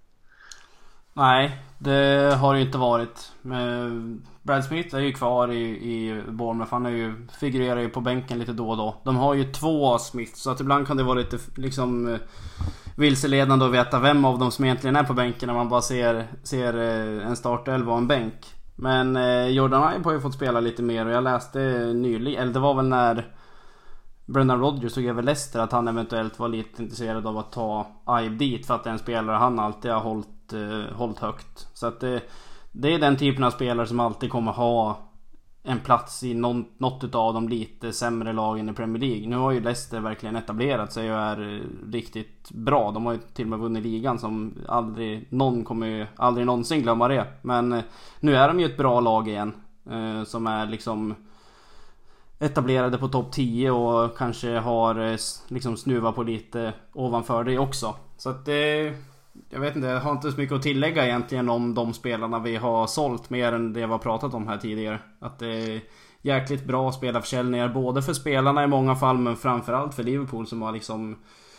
Nej, det har det ju inte varit. Brad Smith är ju kvar i, i Bournemouth. Han är ju, figurerar ju på bänken lite då och då. De har ju två Smith, så att ibland kan det vara lite liksom vilseledande att veta vem av dem som egentligen är på bänken när man bara ser, ser en startelva och en bänk. Men Jordan Ibe har ju fått spela lite mer, och jag läste nyligen, eller det var väl när Brendan Rodgers tog över Leicester, att han eventuellt var lite intresserad av att ta Ibe dit, för att det är en spelare han alltid har hållit, eh, hållit högt. Så att det, det är den typen av spelare som alltid kommer ha en plats i någon, något av de lite sämre lagen i Premier League. Nu har ju Leicester verkligen etablerat sig och är riktigt bra. De har ju till och med vunnit ligan, som aldrig någon kommer ju aldrig någonsin glömma det. Men eh, nu är de ju ett bra lag igen, eh, som är liksom etablerade på topp tio och kanske har liksom snuvat på lite ovanför det också. Så att det, jag vet inte, jag har inte så mycket att tillägga egentligen om de spelarna vi har sålt, mer än det vi har pratat om här tidigare. Att det är jäkligt bra spelarförsäljningar, både för spelarna i många fall, men framförallt för Liverpool som har liksom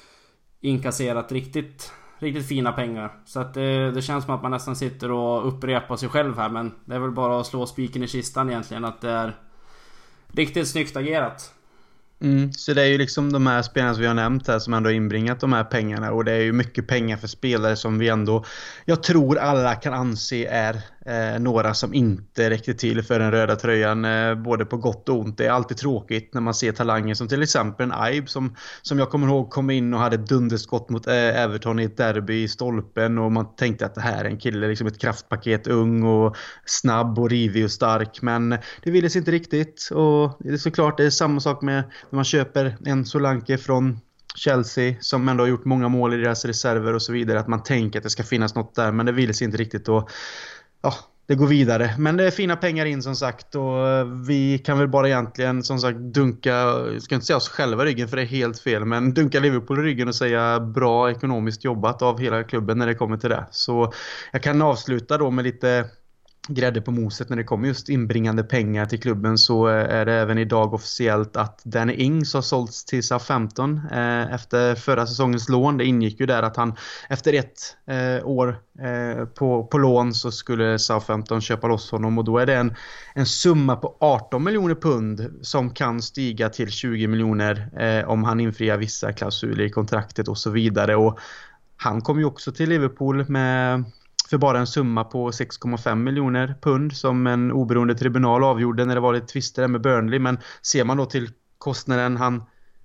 inkasserat riktigt riktigt fina pengar. Så att det, det känns som att man nästan sitter och upprepar sig själv här, men det är väl bara att slå spiken i kistan egentligen, att det är riktigt snyggt agerat. Mm, så det är ju liksom de här spelarna som vi har nämnt här som ändå har inbringat de här pengarna, och det är ju mycket pengar för spelare som vi ändå, jag tror alla kan anse är eh, några som inte räcker till för den röda tröjan, eh, både på gott och ont. Det är alltid tråkigt när man ser talanger som till exempel en Ibe som, som jag kommer ihåg kom in och hade ett dunderskott mot eh, Everton i ett derby i stolpen, och man tänkte att det här är en kille, liksom ett kraftpaket, ung och snabb och rivig och stark, men det ville sig inte riktigt. Och det är såklart, det är samma sak med när man köper en Solanke från Chelsea som ändå har gjort många mål i deras reserver och så vidare, att man tänker att det ska finnas något där, men det vill sig inte riktigt, och ja, det går vidare. Men det är fina pengar in som sagt, och vi kan väl bara egentligen som sagt dunka, jag ska inte säga oss själva i ryggen för det är helt fel, men dunka Liverpool i ryggen och säga bra ekonomiskt jobbat av hela klubben när det kommer till det. Så jag kan avsluta då med lite grädde på moset när det kommer just inbringande pengar till klubben. Så är det även idag officiellt att Danny Ings har sålts till Southampton eh, efter förra säsongens lån. Det ingick ju där att han efter ett eh, år eh, på, på lån så skulle Southampton köpa loss honom, och då är det en, en summa på arton miljoner pund som kan stiga till tjugo miljoner eh, om han infriar vissa klausuler i kontraktet och så vidare. Och han kom ju också till Liverpool med för bara en summa på sex komma fem miljoner pund som en oberoende tribunal avgjorde när det var lite tvister med Burnley. Men ser man då till kostnaden han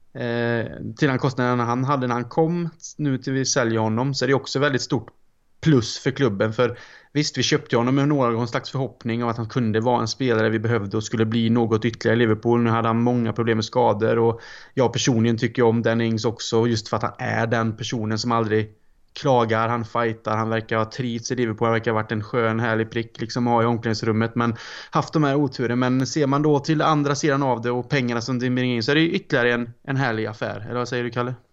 eh, till den kostnaden han hade när han kom nu till vi säljer honom, så är det också väldigt stort plus för klubben. För visst, vi köpte honom med någon slags förhoppning om att han kunde vara en spelare vi behövde och skulle bli något ytterligare i Liverpool. Nu hade han många problem med skador, och jag personligen tycker om Danny Ings också, just för att han är den personen som aldrig klagar, han fightar, han verkar ha trivts i Liverpool, han verkar ha varit en skön härlig prick liksom ha i omklädningsrummet, men haft de här oturen. Men ser man då till andra sidan av det och pengarna som dimmer in, så är det ju ytterligare en, en härlig affär, eller vad säger du, Kalle?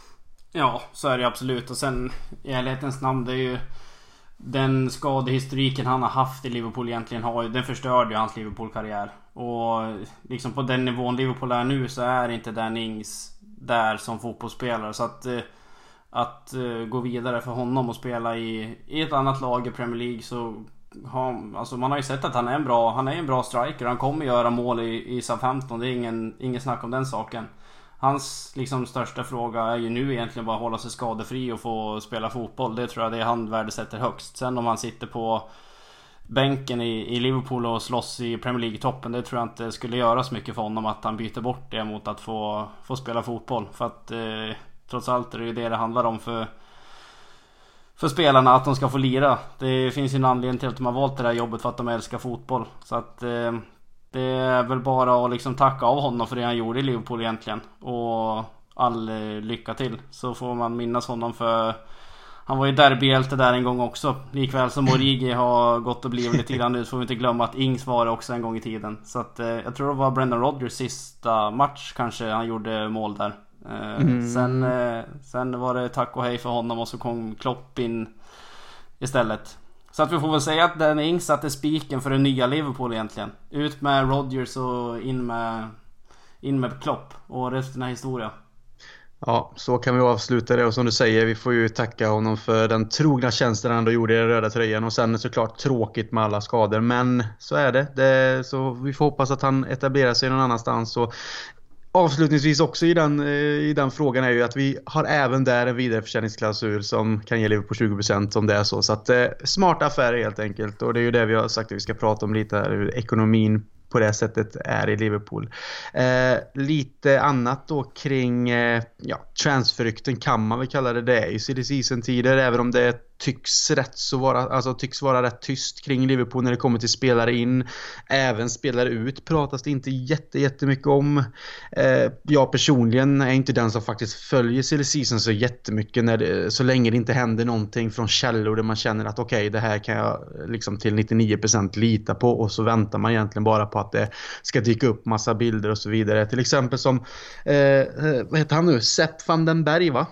Ja, så är det absolut. Och sen i ärlighetens namn, det är ju den skadehistoriken han har haft i Liverpool egentligen har ju, den förstörde ju hans Liverpool-karriär. Och liksom på den nivån Liverpool är nu så är inte Danny Ings där som fotbollsspelare. Så att, att gå vidare för honom och spela i, i ett annat lag i Premier League så har, alltså man har ju sett att han är en bra, han är en bra striker. Han kommer göra mål i, i Southampton, det är ingen, ingen snack om den saken. Hans liksom största fråga är ju nu egentligen bara att hålla sig skadefri och få spela fotboll. Det tror jag det är han värdesätter högst. Sen om han sitter på bänken i, i Liverpool och slåss i Premier League-toppen, det tror jag inte skulle göra så mycket för honom att han byter bort det mot att få, få spela fotboll. För att eh, trots allt är det ju det det handlar om för, för spelarna, att de ska få lira. Det finns ju en anledning till att de har valt det här jobbet, för att de älskar fotboll. Så att eh, det är väl bara att liksom tacka av honom för det han gjorde i Liverpool egentligen. Och all eh, lycka till. Så får man minnas honom för... Han var ju derbyhjälte där en gång också. Likväl som Origi har gått och blivit lite grann nu, så får vi inte glömma att Ings var det också en gång i tiden. Så att eh, jag tror det var Brendan Rodgers sista match kanske han gjorde mål där. Eh, mm. sen, eh, sen var det tack och hej för honom och så kom Klopp in istället. Så att vi får väl säga att den Ings satte spiken för den nya Liverpool egentligen. Ut med Rodgers och in med, in med Klopp. Och resten är historia. Ja, så kan vi avsluta det. Och som du säger, vi får ju tacka honom för den trogna tjänsten han då gjorde i den röda tröjan. Och sen såklart tråkigt med alla skador. Men så är det. det så vi får hoppas att han etablerar sig någon annanstans. Och avslutningsvis också i den, i den frågan är ju att vi har även där en vidareförsäljningsklausul som kan ge Liverpool tjugo procent om det är så. Så att eh, smarta affärer helt enkelt. Och det är ju det vi har sagt att vi ska prata om lite här, hur ekonomin på det sättet är i Liverpool. Eh, lite annat då kring eh, ja, transferrykten kan man väl kalla det. Det är ju silly season-tider, även om det tycks rätt så vara, alltså tycks vara rätt tyst kring Liverpool när det kommer till spelare in. Även spelare ut pratas det inte jätte, jättemycket om. Eh, jag personligen är inte den som faktiskt följer silly season så jättemycket när det, så länge det inte händer någonting från källor där man känner att okej, okay, det här kan jag liksom till nittionio procent lita på, och så väntar man egentligen bara på att det ska dyka upp massa bilder och så vidare. Till exempel som eh, vad heter han nu? Sepp van den Berg, va?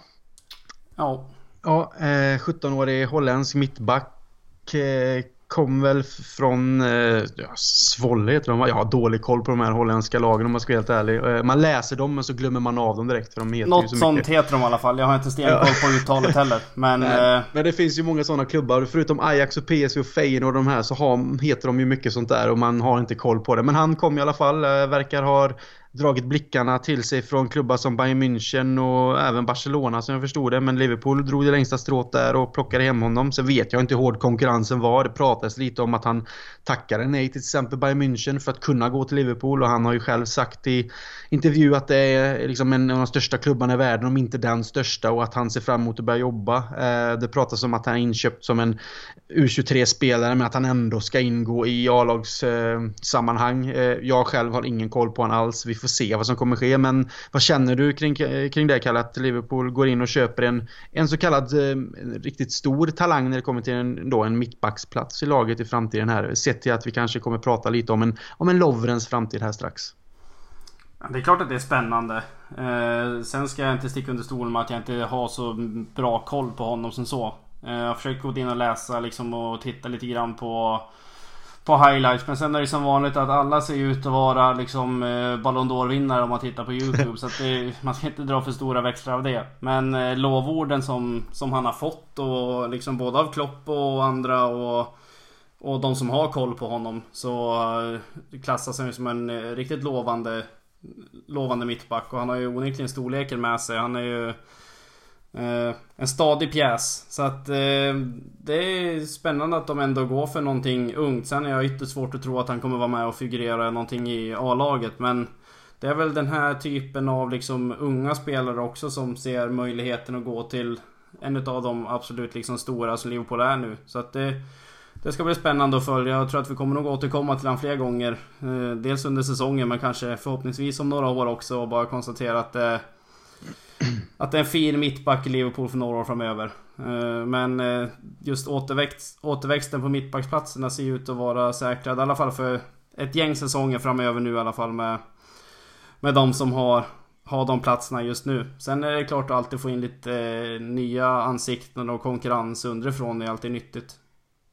Ja. Ja, eh, sjutton-årig holländsk mittback eh, kom väl från eh, ja, Zwolle heter de. Jag har dålig koll på de här holländska lagen om man ska vara helt ärlig. Eh, man läser dem men så glömmer man av dem direkt för de heter något ju så sånt mycket. Heter de i alla fall. Jag har inte stenkoll på uttalet heller. Men, Nej, men det finns ju många sådana klubbar. Förutom Ajax och P S V och Feyenoord och de här så har, heter de ju mycket sånt där och man har inte koll på det. Men han kom i alla fall, eh, verkar ha dragit blickarna till sig från klubbar som Bayern München och även Barcelona som jag förstod det. Men Liverpool drog det längsta strået där och plockade hem honom. Så vet jag inte hur hård konkurrensen var. Det pratades lite om att han tackade nej till exempel Bayern München för att kunna gå till Liverpool. Och han har ju själv sagt i intervju att det är liksom en av de största klubbarna i världen, om inte den största, och att han ser fram emot att börja jobba. Det pratas om att han är inköpt som en U tjugotre-spelare men att han ändå ska ingå i A-lagssammanhang. Jag själv har ingen koll på han alls. Vi får se vad som kommer ske, men vad känner du kring, kring det, Kalle, att Liverpool går in och köper en, en så kallad en riktigt stor talang när det kommer till en, då, en mittbacksplats i laget i framtiden här, sett till att vi kanske kommer prata lite om en, om en Lovrens framtid här strax? Ja, det är klart att det är spännande. Eh, sen ska jag inte sticka under stolen med att jag inte har så bra koll på honom som så. Eh, jag har försökt gå in och läsa liksom, och titta lite grann på på highlights, men sen är det som vanligt att alla ser ut att vara liksom eh, Ballon d'Or-vinnare om man tittar på YouTube, så att det, man ska inte dra för stora växlar av det. Men eh, lovorden som, som han har fått, och liksom både av Klopp och andra och, och de som har koll på honom, så eh, klassas han som en eh, riktigt lovande lovande mittback, och han har ju onekligen storleken med sig. Han är ju Uh, en stadig pjäs. Så att uh, det är spännande att de ändå går för någonting ungt. Sen är jag ytterst svårt att tro att han kommer vara med och figurera någonting i A-laget. Men det är väl den här typen av liksom unga spelare också som ser möjligheten att gå till en av de absolut liksom stora som Liverpool är nu. Så att det, det ska bli spännande att följa. Jag tror att vi kommer nog återkomma till han fler gånger, uh, dels under säsongen, men kanske förhoppningsvis om några år också, och bara konstatera att det uh, att det är en fin mittback i Liverpool för några år framöver. Men just återväxt, återväxten på mittbacksplatserna ser ut att vara säkrad, i alla fall för ett gäng säsonger framöver nu, i alla fall med, med de som har, har de platserna just nu. Sen är det klart att alltid få in lite nya ansikten och konkurrens underifrån är alltid nyttigt.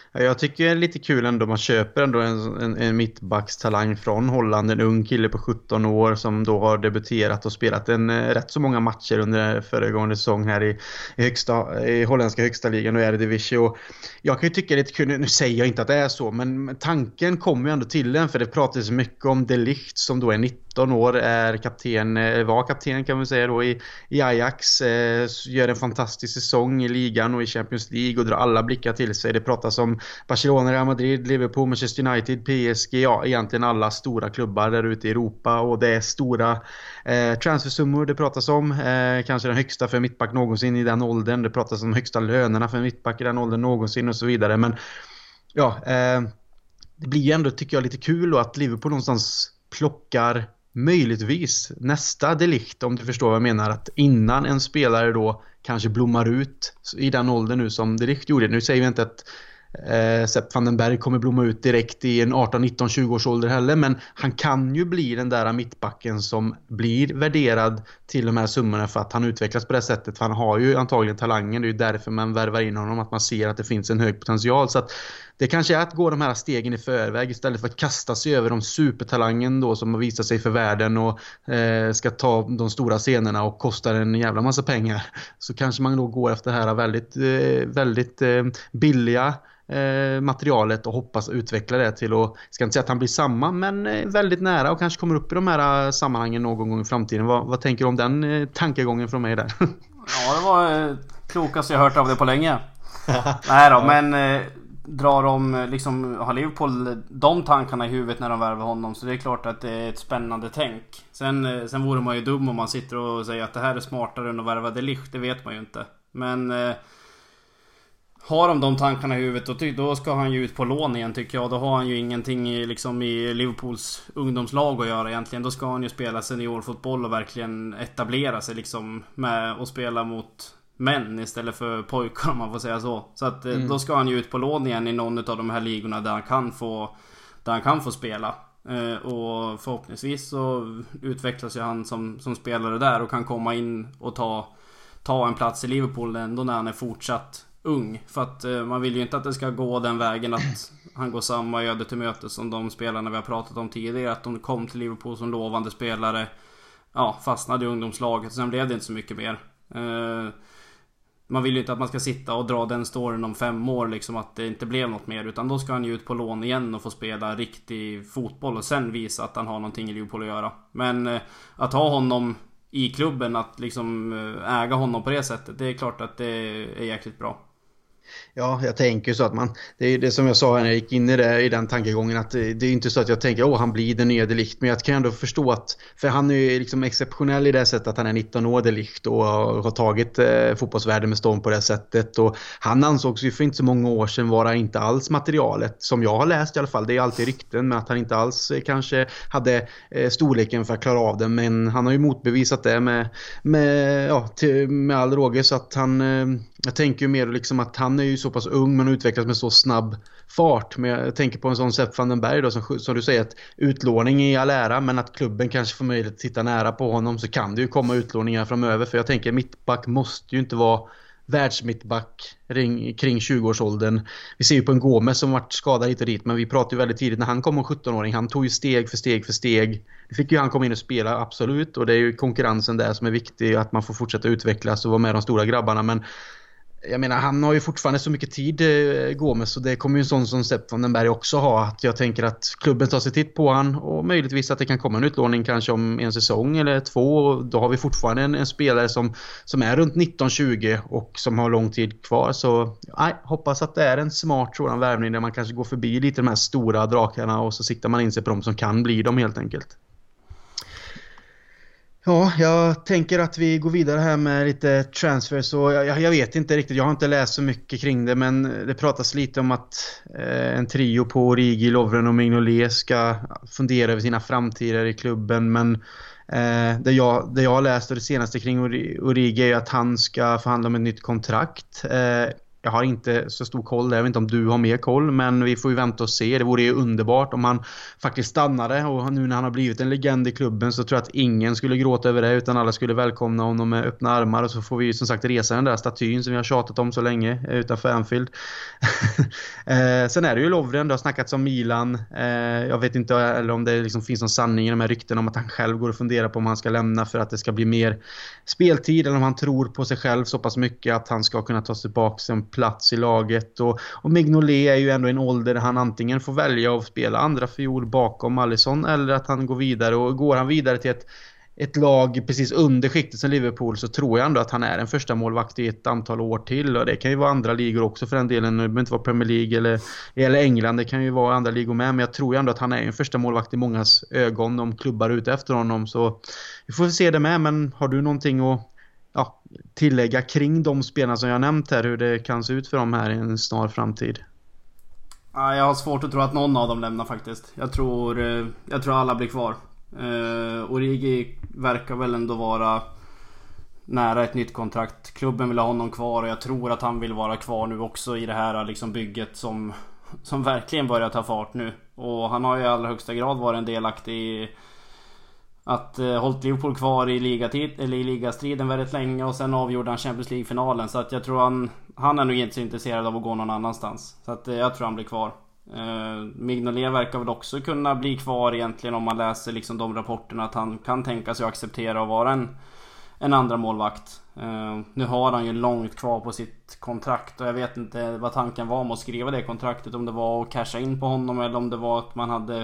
Jag tycker det är lite kul ändå. Man köper ändå en, en, en mittbackstalang från Holland. En ung kille på sjutton år som då har debuterat och spelat en eh, rätt så många matcher under föregående säsong här i, i, högsta, i holländska högsta ligan och Eredivisie. Och jag kan ju tycka det är lite kul. Nu säger jag inte att det är så, men tanken kommer ju ändå till den, för det pratas mycket om De Ligt som då är nitton år, är kapten, var kapten kan man säga då i, i Ajax, eh, gör en fantastisk säsong i ligan och i Champions League och drar alla blickar till sig. Det pratas om Barcelona, Real Madrid, Liverpool, Manchester United, P S G, ja egentligen alla stora klubbar där ute i Europa, och det är stora eh, transfersummor det pratas om, eh, kanske den högsta för mittback någonsin i den åldern. Det pratas om högsta lönerna för mittback i den åldern någonsin och så vidare, men ja, eh, det blir ju ändå, tycker jag, lite kul då att Liverpool någonstans plockar möjligtvis nästa De Ligt, om du förstår vad jag menar, att innan en spelare då kanske blommar ut i den åldern nu som De Ligt gjorde. Nu säger vi inte att eh, Sepp van den Berg kommer blomma ut direkt i en arton, nitton, tjugo års ålder heller, men han kan ju bli den där mittbacken som blir värderad till de här summorna för att han utvecklas på det sättet, för han har ju antagligen talangen. Det är ju därför man värvar in honom, att man ser att det finns en hög potential. Så att det kanske är att gå de här stegen i förväg istället för att kasta sig över de supertalangen då som har visat sig för världen och eh, ska ta de stora scenerna och kostar en jävla massa pengar. Så kanske man då går efter det här väldigt, eh, väldigt eh, billiga eh, materialet och hoppas utveckla det till, och ska inte säga att han blir samma, men eh, väldigt nära och kanske kommer upp i de här sammanhangen någon gång i framtiden. Vad, vad tänker du om den eh, tankegången från mig där? Ja, det var eh, klokast jag hört av det på länge. Nej då, ja. men... Eh, drar de liksom, har Liverpool de tankarna i huvudet när de värvar honom, så det är klart att det är ett spännande tänk. Sen, sen vore man ju dum om man sitter och säger att det här är smartare än att värva De Ligt, det vet man ju inte. Men eh, har de de tankarna i huvudet, då, då ska han ju ut på lån igen tycker jag. Då har han ju ingenting i, liksom, i Liverpools ungdomslag att göra egentligen. Då ska han ju spela seniorfotboll och verkligen etablera sig liksom, med att spela mot män istället för pojkar, om man får säga så. Så att mm. då ska han ju ut på lån igen i någon av de här ligorna där han kan få, där han kan få spela. Eh, och förhoppningsvis så utvecklas ju han som, som spelare där och kan komma in och ta, ta en plats i Liverpool ändå när han är fortsatt ung. För att eh, man vill ju inte att det ska gå den vägen att han går samma öde till möte som de spelarna vi har pratat om tidigare. Att de kom till Liverpool som lovande spelare, ja, fastnade i ungdomslaget, sen blev det inte så mycket mer. Eh, Man vill ju inte att man ska sitta och dra den storyn om fem år liksom, att det inte blev något mer, utan då ska han ju ut på lån igen och få spela riktig fotboll och sen visa att han har någonting i Liverpool att göra. Men eh, att ha honom i klubben, att liksom äga honom på det sättet, det är klart att det är jäkligt bra. Ja, jag tänker så att man, det är det som jag sa när jag gick in i, det, i den tankegången, att det, det är inte så att jag tänker åh han blir den nya De Ligt, men jag kan ändå förstå att, för han är ju liksom exceptionell i det sättet att han är nitton år De Ligt och har tagit eh, fotbollsvärlden med storm på det sättet, och han ansågs ju för inte så många år sedan vara inte alls materialet som jag har läst i alla fall. Det är alltid rykten med att han inte alls eh, kanske hade eh, storleken för att klara av det, men han har ju motbevisat det med, med, ja, till, med all råge, så att han eh, jag tänker ju mer liksom att han är ju så pass ung men utvecklas med så snabb fart. Men jag tänker på en sån Sepp van den Berg då, som, som du säger, att utlåning är i all ära, men att klubben kanske får möjlighet att titta nära på honom, så kan det ju komma utlåningar framöver. För jag tänker mittback måste ju inte vara världsmittback kring tjugo-årsåldern. Vi ser ju på en Gomes som varit skadad hit och dit, men vi pratade ju väldigt tidigt när han kom som sjutton-åring. Han tog ju steg för steg för steg. Det fick ju han komma in och spela, absolut. Och det är ju konkurrensen där som är viktig, att man får fortsätta utvecklas och vara med de stora grabbarna. Men jag menar, han har ju fortfarande så mycket tid, eh, Gomes, och det kommer ju en sån som Sepp van den Berg också ha. Att jag tänker att klubben tar sig titt på han, och möjligtvis att det kan komma en utlåning kanske om en säsong eller två. Och då har vi fortfarande en, en spelare som, som är runt nitton tjugo och som har lång tid kvar. Så nej, hoppas att det är en smart sådan värvning där man kanske går förbi lite de här stora drakarna och så siktar man in sig på dem som kan bli dem helt enkelt. Ja, jag tänker att vi går vidare här med lite transfers, och jag, jag vet inte riktigt, jag har inte läst så mycket kring det, men det pratas lite om att eh, en trio på Origi, Lovren och Mignolet ska fundera över sina framtider i klubben, men eh, det, jag, det jag har läst och det senaste kring Origi är att han ska förhandla om ett nytt kontrakt. Eh, Jag har inte så stor koll där, jag vet inte om du har mer koll, men vi får ju vänta och se. Det vore ju underbart om han faktiskt stannade, och nu när han har blivit en legend i klubben så tror jag att ingen skulle gråta över det, utan alla skulle välkomna honom med öppna armar, och så får vi som sagt resa den där statyn som vi har tjatat om så länge utanför Anfield. eh, sen är det ju Lovren, det har snackats om Milan. Eh, jag vet inte eller om det liksom finns någon sanning i de här rykten om att han själv går och funderar på om han ska lämna för att det ska bli mer speltid, eller om han tror på sig själv så pass mycket att han ska kunna ta sig tillbaka en plats i laget. Och, och Mignolet är ju ändå en ålder där han antingen får välja att spela andra fiol bakom Alisson, eller att han går vidare, och går han vidare till ett ett lag precis under skiktet som Liverpool, så tror jag ändå att han är en första målvakt i ett antal år till, och det kan ju vara andra ligor också för den delen. Det behöver inte vara Premier League eller, eller England, det kan ju vara andra ligor med, men jag tror ju ändå att han är en första målvakt i mångas ögon om klubbar ute efter honom, så vi får se det med. Men har du någonting att ja, tillägga kring de spelarna som jag nämnt här, hur det kan se ut för dem här i en snar framtid? Ja, jag har svårt att tro att någon av dem lämnar faktiskt. Jag tror, jag tror alla blir kvar. Uh, Origi verkar väl ändå vara nära ett nytt kontrakt. Klubben vill ha honom kvar, och jag tror att han vill vara kvar nu också i det här liksom bygget som, som verkligen börjar ta fart nu. Och han har ju i allra högsta grad varit en delaktig i att uh, hållit Liverpool kvar i, ligatid, eller i ligastriden väldigt länge, och sen avgjorde han Champions League-finalen. Så att jag tror han, han är nog inte så intresserad av att gå någon annanstans. Så att uh, jag tror han blir kvar. Uh, Mignolet verkar väl också kunna bli kvar egentligen, om man läser liksom de rapporterna, att han kan tänka sig att acceptera att vara en, en andra målvakt. Uh, nu har han ju långt kvar på sitt kontrakt, och jag vet inte vad tanken var med att skriva det kontraktet, om det var att casha in på honom eller om det var att man hade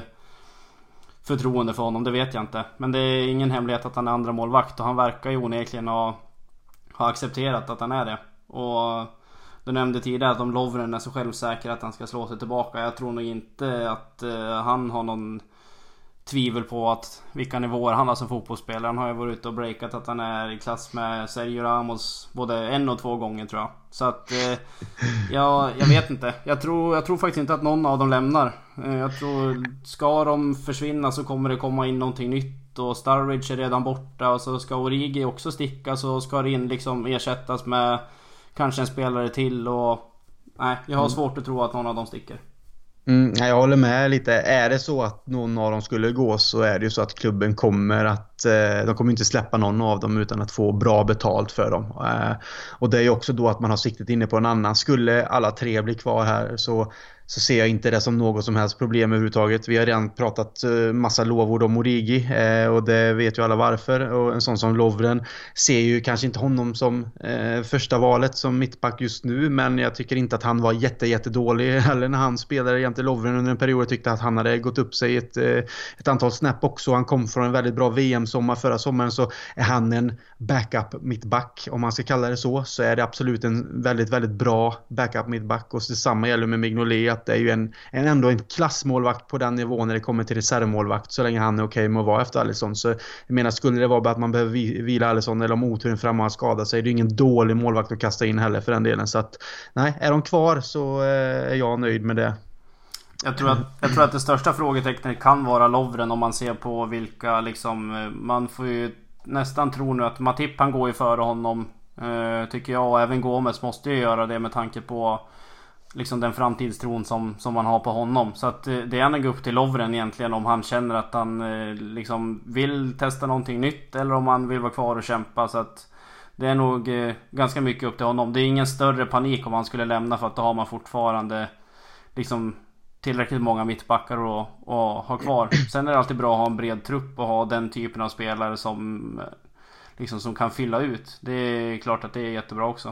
förtroende för honom, det vet jag inte. Men det är ingen hemlighet att han är andra målvakt, och han verkar ju onekligen ha, ha accepterat att han är det. Och du nämnde tidigare att om Lovren är så självsäker att han ska slå sig tillbaka. Jag tror nog inte att uh, han har någon tvivel på att vilka nivåer han har som fotbollsspelare. Han har ju varit ute och breakat att han är i klass med Sergio Ramos både en och två gånger, tror jag. Så att uh, ja, jag vet inte. Jag tror, jag tror faktiskt inte att någon av dem lämnar. Uh, jag tror, ska de försvinna så kommer det komma in någonting nytt, och Sturridge är redan borta, och så ska Origi också sticka, så ska det in liksom ersättas med kanske en spelare till, och nej, jag har mm. svårt att tro att någon av dem sticker. Mm, jag håller med lite. Är det så att någon av dem skulle gå, så är det ju så att klubben kommer att eh, de kommer inte släppa någon av dem utan att få bra betalt för dem. Eh, och det är ju också då att man har siktet inne på en annan. Skulle alla tre bli kvar här, så så ser jag inte det som något som helst problem överhuvudtaget. Vi har redan pratat uh, massa lovord om Origi, eh, och det vet ju alla varför. Och en sån som Lovren ser ju kanske inte honom som eh, första valet som mittback just nu, men jag tycker inte att han var jätte, jätte dålig heller när han spelade jämte Lovren under en period. Jag tyckte att han hade gått upp sig ett, eh, ett antal snäpp också. Han kom från en väldigt bra V M-sommar förra sommaren, så är han en backup mittback, om man ska kalla det så. Så är det absolut en väldigt, väldigt bra backup mittback, och detsamma gäller med Mignolet. Det är ju en, en ändå en klassmålvakt på den nivån när det kommer till reservmålvakt, så länge han är okej med att vara efter Alisson. Så jag menar, skulle det vara bara att man behöver vila Alisson, eller om oturen fram och skada sig, det är ju ingen dålig målvakt att kasta in heller för den delen. Så att nej, är de kvar så är jag nöjd med det. Jag tror, att, jag tror att det största frågetecknet kan vara Lovren, om man ser på vilka liksom, man får ju nästan tro nu att Matip, han går ju före honom, tycker jag, och även Gomes måste ju göra det med tanke på liksom den framtidstron som, som man har på honom. Så att det är en upp till Lovren egentligen, om han känner att han liksom vill testa någonting nytt, eller om han vill vara kvar och kämpa. Så att det är nog ganska mycket upp till honom. Det är ingen större panik om han skulle lämna, för att då har man fortfarande liksom tillräckligt många mittbackar och, och ha kvar. Sen är det alltid bra att ha en bred trupp och ha den typen av spelare som liksom som kan fylla ut. Det är klart att det är jättebra också.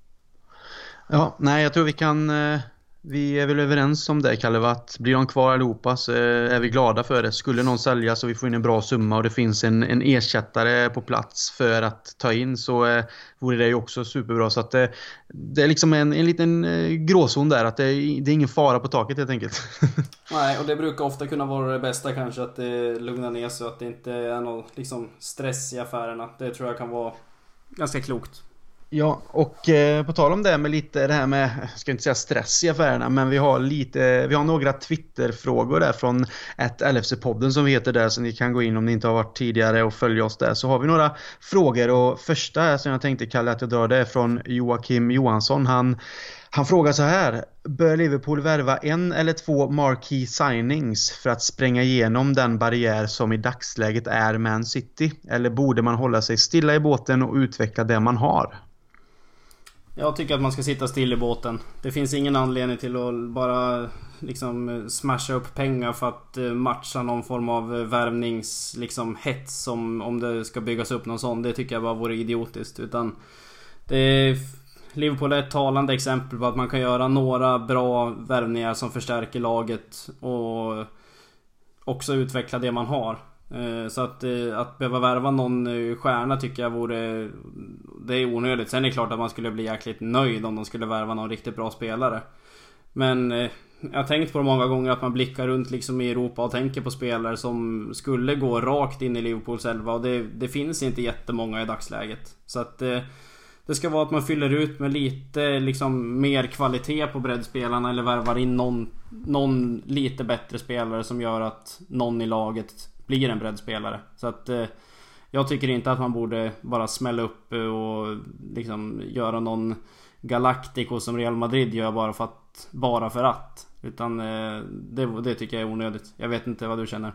Ja, nej, jag tror vi kan vi är väl överens om det, Kalle, att blir de kvar allihopa så är vi glada för det. Skulle någon sälja så vi får in en bra summa och det finns en, en ersättare på plats för att ta in, så eh, vore det ju också superbra. Så att det, det är liksom en, en liten eh, gråzon där, att det, det är ingen fara på taket helt enkelt. Nej, och det brukar ofta kunna vara det bästa kanske, att det lugnar ner så att det inte är någon liksom stress i affärerna. Det tror jag kan vara ganska klokt. Ja, och eh, på tal om det med lite det här med, jag ska inte säga stress i affärerna, men vi har lite, vi har några Twitter-frågor där från ett L F C-podden som vi heter där, så ni kan gå in om ni inte har varit tidigare och följa oss där. Så har vi några frågor, och första här som jag tänkte, Kalle, att jag drar, det är från Joakim Johansson. Han Han frågar så här: bör Liverpool värva en eller två marquee signings för att spränga igenom den barriär som i dagsläget är Man City? Eller borde man hålla sig stilla i båten och utveckla det man har? Jag tycker att man ska sitta still i båten. Det finns ingen anledning till att bara liksom smasha upp pengar för att matcha någon form av värvnings liksom hets som om det ska byggas upp någon sån. Det tycker jag bara vore idiotiskt. Utan det är, Liverpool är ett talande exempel på att man kan göra några bra värvningar som förstärker laget och också utveckla det man har. Så att, att behöva värva någon stjärna tycker jag vore, det är onödigt. Sen är det klart att man skulle bli jäkligt nöjd om de skulle värva någon riktigt bra spelare. Men jag har tänkt på det många gånger att man blickar runt liksom i Europa och tänker på spelare som skulle gå rakt in i Liverpools elva. Och det, det finns inte jättemånga i dagsläget. Så att det ska vara att man fyller ut med lite liksom mer kvalitet på breddspelarna eller värvar in någon, någon lite bättre spelare som gör att någon i laget blir en breddspelare. Så att eh, jag tycker inte att man borde bara smälla upp och liksom göra någon Galactico som Real Madrid gör bara för att, bara för att. Utan eh, det, det tycker jag är onödigt. Jag vet inte vad du känner.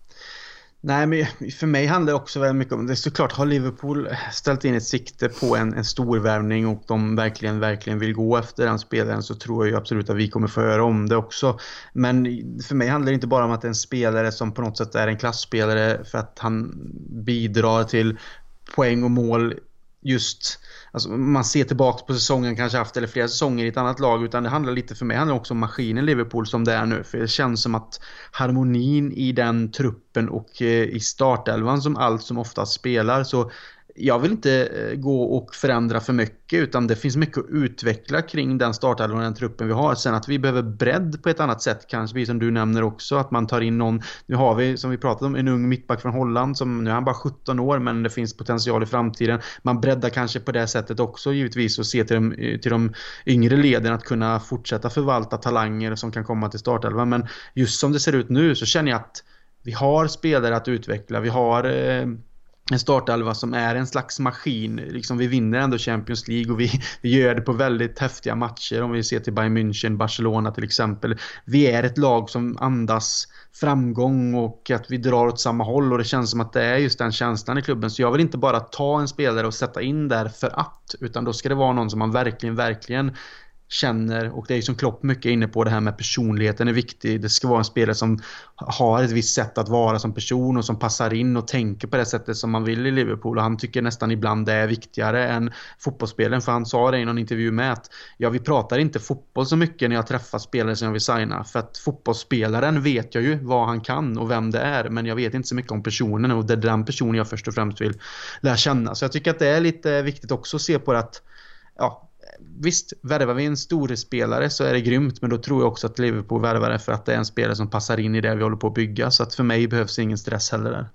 Nej, men för mig handlar det också väldigt mycket om det. Såklart har Liverpool ställt in ett sikte på en, en stor värvning och de verkligen, verkligen vill gå efter den spelaren, så tror jag ju absolut att vi kommer få höra om det också. Men för mig handlar det inte bara om att det är en spelare som på något sätt är en klassspelare för att han bidrar till poäng och mål just, alltså man ser tillbaka på säsongen, kanske haft eller flera säsonger i ett annat lag, utan det handlar lite för mig handlar också om maskinen Liverpool som det är nu, för det känns som att harmonin i den truppen och i startelvan som allt som oftast spelar, så jag vill inte gå och förändra för mycket, utan det finns mycket att utveckla kring den startelvan och den truppen vi har. Sen att vi behöver bredd på ett annat sätt, kanske som du nämner också, att man tar in någon. Nu har vi, som vi pratade om, en ung mittback från Holland som nu är han bara sjutton år, men det finns potential i framtiden. Man breddar kanske på det sättet också givetvis och ser till de, till de yngre leden att kunna fortsätta förvalta talanger som kan komma till startelvan. Men just som det ser ut nu så känner jag att vi har spelare att utveckla. Vi har eh, en startelva som är en slags maskin. Liksom vi vinner ändå Champions League och vi, vi gör det på väldigt häftiga matcher. Om vi ser till Bayern München, Barcelona till exempel. Vi är ett lag som andas framgång och att vi drar åt samma håll, och det känns som att det är just den känslan i klubben. Så jag vill inte bara ta en spelare och sätta in där för att, utan då ska det vara någon som man verkligen, verkligen känner, och det är ju som Klopp mycket inne på, det här med personligheten är viktig. Det ska vara en spelare som har ett visst sätt att vara som person och som passar in och tänker på det sättet som man vill i Liverpool, och han tycker nästan ibland det är viktigare än fotbollsspelen, för han sa det i någon intervju med att ja, vi pratar inte fotboll så mycket när jag träffar spelare som jag vill signa, för att fotbollsspelaren vet jag ju vad han kan och vem det är, men jag vet inte så mycket om personen, och det är den personen jag först och främst vill lära känna. Så jag tycker att det är lite viktigt också att se på att ja, visst, värvar vi en stor spelare så är det grymt, men då tror jag också att Liverpool värvar det för att det är en spelare som passar in i det vi håller på att bygga, så att för mig behövs ingen stress heller där.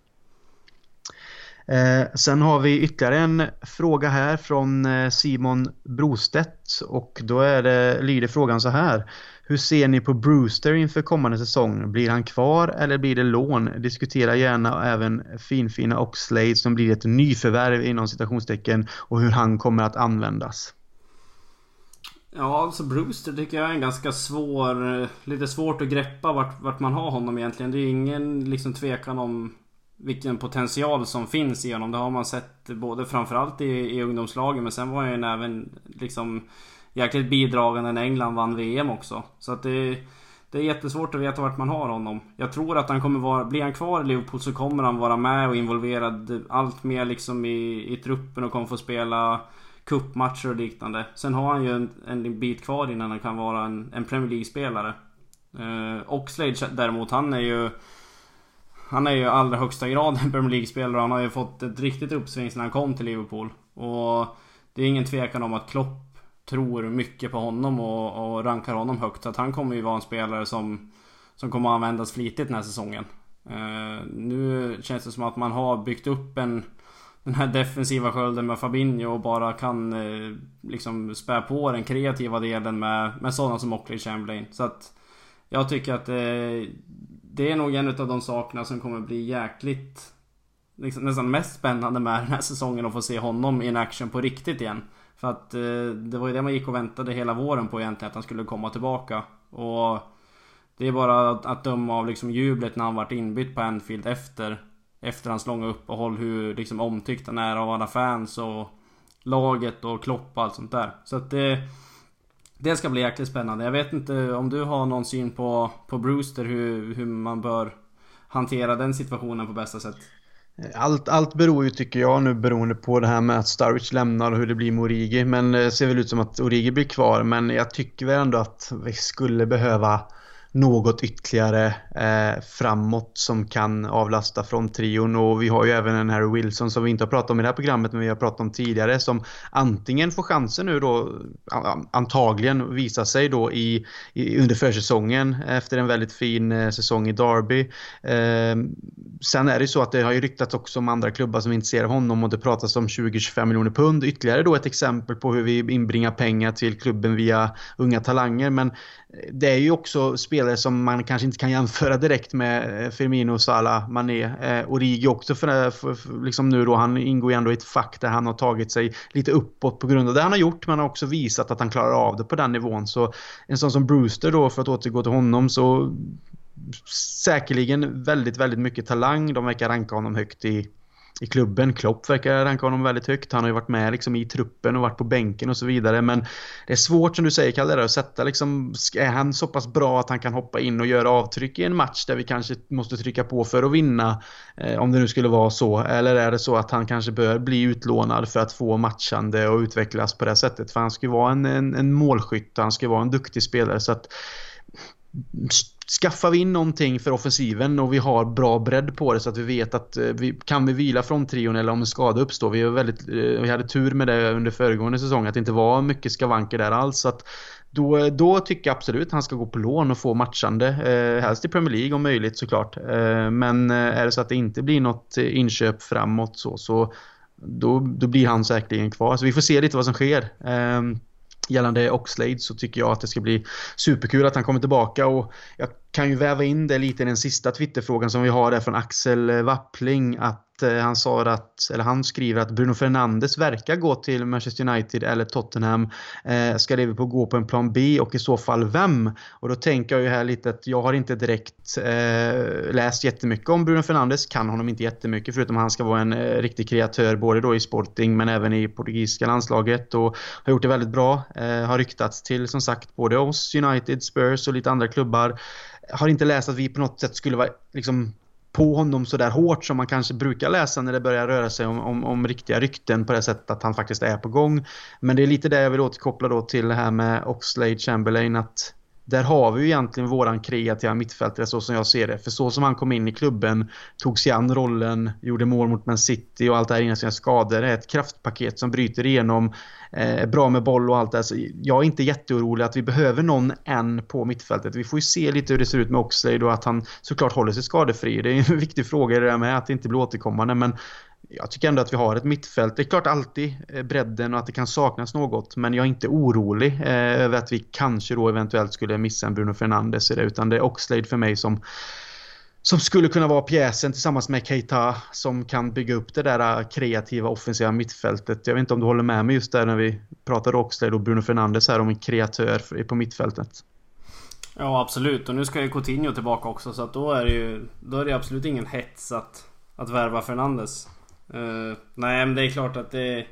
Eh, sen har vi ytterligare en fråga här från eh, Simon Brostedt, och då är det, lyder frågan så här: hur ser ni på Brewster inför kommande säsong? Blir han kvar eller blir det lån? Diskutera gärna även finfina Oxlade som blir ett nyförvärv inom citationstecken och hur han kommer att användas. Ja, alltså Brewster tycker jag är en ganska svår, lite svårt att greppa vart, vart man har honom egentligen. Det är ingen liksom tvekan om vilken potential som finns i honom. Det har man sett både framförallt i, i ungdomslagen, men sen var han även liksom jäkligt bidragande när England vann V M också. Så att det, det är jättesvårt att veta vart man har honom. Jag tror att han kommer vara, blir han kvar i Liverpool så kommer han vara med och involverad allt mer liksom i, i truppen och kommer få spela cupmatcher och liknande. Sen har han ju en, en bit kvar innan han kan vara en, en Premier League-spelare. Eh, Oxlade däremot, han är ju han är ju allra högsta grad en Premier League-spelare. Han har ju fått ett riktigt uppsving när han kom till Liverpool. Och det är ingen tvekan om att Klopp tror mycket på honom och, och rankar honom högt. Så att han kommer ju vara en spelare som, som kommer att användas flitigt den här säsongen. Eh, nu känns det som att man har byggt upp en den här defensiva skölden med Fabinho och bara kan eh, liksom spä på den kreativa delen med, med sådana som Oxlade-Chamberlain. Så att jag tycker att eh, det är nog en av de sakerna som kommer bli jäkligt liksom nästan mest spännande med den här säsongen att få se honom in action på riktigt igen. För att eh, det var ju det man gick och väntade hela våren på egentligen, att han skulle komma tillbaka. Och det är bara att, att döma av liksom jublet när han varit inbytt på Anfield efter, efter hans långa uppehåll, hur liksom omtyckt han är av alla fans och laget och Klopp och allt sånt där. Så att det, det ska bli jäkligt spännande. Jag vet inte om du har någon syn på, på Brewster, hur, hur man bör hantera den situationen på bästa sätt. Allt, allt beror ju, tycker jag, nu beroende på det här med att Sturridge lämnar och hur det blir med Origi. Men det ser väl ut som att Origi blir kvar. Men jag tycker väl ändå att vi skulle behöva något ytterligare eh, framåt som kan avlasta från trion. Och vi har ju även en Harry Wilson som vi inte har pratat om i det här programmet, men vi har pratat om tidigare, som antingen får chansen nu då, antagligen visar sig då i, i under försäsongen efter en väldigt fin eh, säsong i Derby. Eh, sen är det så att det har ju ryktats också om andra klubbar som är intresserade av honom, och det pratas om tjugo till tjugofem miljoner pund. Ytterligare då ett exempel på hur vi inbringar pengar till klubben via unga talanger. Men det är ju också spelare som man kanske inte kan jämföra direkt med Firmino, Salah, Mané. Eh, Origi också för, för, för liksom nu då, han ingår ju ändå i ett fack där han har tagit sig lite uppåt på grund av det han har gjort, men har också visat att han klarar av det på den nivån. Så en sån som Brewster då, för att återgå till honom, så säkerligen väldigt, väldigt mycket talang. De verkar ranka honom högt i i klubben. Klopp verkar ranka honom väldigt högt. Han har ju varit med liksom i truppen och varit på bänken och så vidare. Men det är svårt, som du säger, Kalle, att sätta liksom, är han så pass bra att han kan hoppa in och göra avtryck i en match där vi kanske måste trycka på för att vinna, eh, om det nu skulle vara så. Eller är det så att han kanske bör bli utlånad för att få matchande och utvecklas på det sättet? För han ska ju vara en, en, en målskytt, han ska vara en duktig spelare. Så att skaffar vi in någonting för offensiven och vi har bra bredd på det, så att vi vet att vi kan vi vila från trion eller om en skada uppstår. Vi, är väldigt, vi hade tur med det under föregående säsong att det inte var mycket skavanker där alls. Så att då, då tycker jag absolut att han ska gå på lån och få matchande. Eh, helst i Premier League om möjligt, såklart. Eh, men är det så att det inte blir något inköp framåt så, så då, då blir han säkerligen kvar. Så vi får se lite vad som sker. Eh, Gällande Oxlade så tycker jag att det ska bli superkul att han kommer tillbaka, och jag kan ju väva in det lite i den sista Twitterfrågan som vi har där från Axel Wappling, att eh, han sa att, eller han skriver att Bruno Fernandes verkar gå till Manchester United eller Tottenham. Eh, ska Liverpool gå på en plan B, och i så fall vem? Och då tänker jag ju här lite att jag har inte direkt eh, läst jättemycket om Bruno Fernandes, kan honom inte jättemycket, förutom att han ska vara en eh, riktig kreatör både då i Sporting men även i portugisiska landslaget, och har gjort det väldigt bra. Eh, har ryktats till, som sagt, både oss, United, Spurs och lite andra klubbar. Har inte läst att vi på något sätt skulle vara liksom på honom så där hårt som man kanske brukar läsa när det börjar röra sig om, om, om riktiga rykten på det sättet att han faktiskt är på gång. Men det är lite det jag vill återkoppla då till det här med Oxlade Chamberlain, att där har vi ju egentligen våran kreativa mittfältare så som jag ser det. För så som han kom in i klubben, tog sig an rollen, gjorde mål mot Man City och allt det här innan sina skador. Det är ett kraftpaket som bryter igenom, eh, bra med boll och allt det här. Så jag är inte jätteorolig att vi behöver någon än på mittfältet. Vi får ju se lite hur det ser ut med Oxlade och att han såklart håller sig skadefri. Det är en viktig fråga det där med att det inte blir återkommande, men jag tycker ändå att vi har ett mittfält. Det är klart alltid bredden och att det kan saknas något, men jag är inte orolig eh, över att vi kanske då eventuellt skulle missa en Bruno Fernandes i det, utan det är Oxlade för mig som som skulle kunna vara pjäsen tillsammans med Keita som kan bygga upp det där kreativa offensiva mittfältet. Jag vet inte om du håller med mig just där när vi pratar Oxlade och Bruno Fernandes här om en kreatör på mittfältet. Ja, absolut. Och nu ska ju Coutinho tillbaka också, så att då är det ju då är det absolut ingen hets att, att värva Fernandes. Uh, nej, men det är klart att det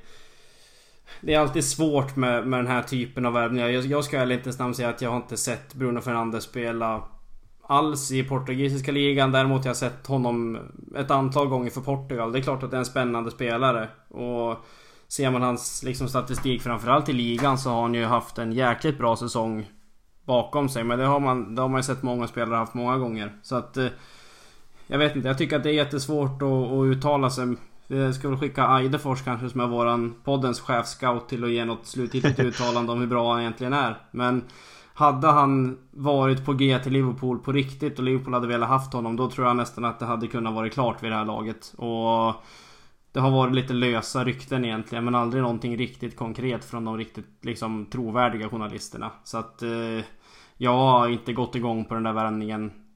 Det är alltid svårt med, med den här typen av värvningar. Jag, jag ska inte snabbt säga att jag har inte sett Bruno Fernandes spela alls i portugisiska ligan. Däremot har jag sett honom ett antal gånger för Portugal. Det är klart att det är en spännande spelare, och ser man hans liksom statistik framförallt i ligan, så har han ju haft en jäkligt bra säsong bakom sig. Men det har man, det har man ju sett många spelare haft många gånger. Så att eh, jag vet inte, jag tycker att det är jättesvårt att, att uttala sig. Vi ska väl skicka Eidefors kanske, som är våran poddens chefscout, till att ge något slutgiltigt uttalande om hur bra han egentligen är. Men hade han varit på G till Liverpool på riktigt och Liverpool hade velat haft honom, då tror jag nästan att det hade kunnat vara klart vid det här laget. Och det har varit lite lösa rykten egentligen, men aldrig någonting riktigt konkret från de riktigt liksom trovärdiga journalisterna. Så att eh, jag har inte gått igång på den där värvningen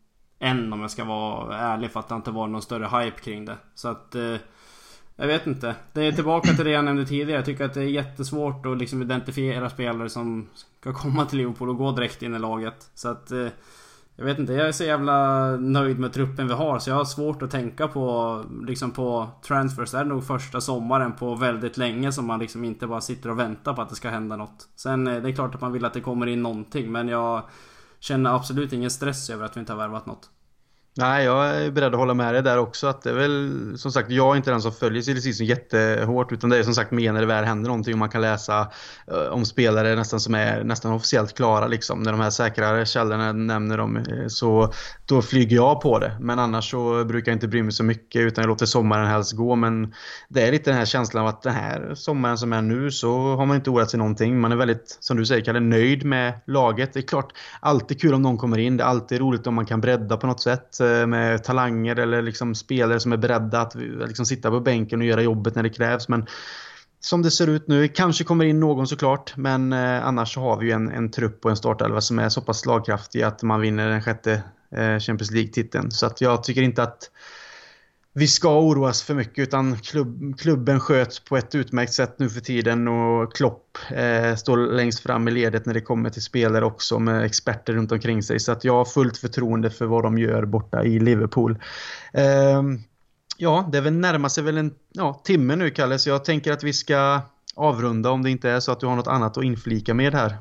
än, om jag ska vara ärlig, för att det inte var någon större hype kring det. Så att eh, jag vet inte. Det är tillbaka till det jag nämnde tidigare. Jag tycker att det är jättesvårt att liksom identifiera spelare som ska komma till Liverpool och gå direkt in i laget. Så att eh, jag vet inte, jag är så jävla nöjd med truppen vi har, så jag har svårt att tänka på liksom på transfers. Det är nog första sommaren på väldigt länge som man liksom inte bara sitter och väntar på att det ska hända något. Sen det är klart att man vill att det kommer in någonting, men jag känner absolut ingen stress över att vi inte har värvat något. Nej, jag är beredd att hålla med dig där också, att det är väl som sagt, jag är inte den som följer silly season jättehårt, utan det är som sagt mer när det väl händer någonting och man kan läsa uh, om spelare nästan som är nästan officiellt klara liksom, när de här säkrare källorna nämner dem, så då flyger jag på det. Men annars så brukar jag inte bry mig så mycket, utan jag låter sommaren helst gå. Men det är lite den här känslan av att den här sommaren som är nu, så har man inte oroat sig någonting. Man är väldigt, som du säger Kalle, nöjd med laget. Det är klart, alltid kul om någon kommer in. Det är alltid roligt om man kan bredda på något sätt med talanger eller liksom spelare som är beredda att liksom sitta på bänken och göra jobbet när det krävs. Men som det ser ut nu, kanske kommer in någon såklart, men eh, annars så har vi ju en, en trupp och en startelva som är så pass slagkraftig att man vinner den sjätte eh, Champions League-titeln. Så att jag tycker inte att vi ska oroas för mycket, utan klubb, klubben sköts på ett utmärkt sätt nu för tiden, och Klopp eh, står längst fram i ledet när det kommer till spelare också, med experter runt omkring sig. Så att jag har fullt förtroende för vad de gör borta i Liverpool. Eh, ja, det är väl närmar sig väl en ja, timme nu, Kalle, så jag tänker att vi ska avrunda, om det inte är så att du har något annat att inflika med här.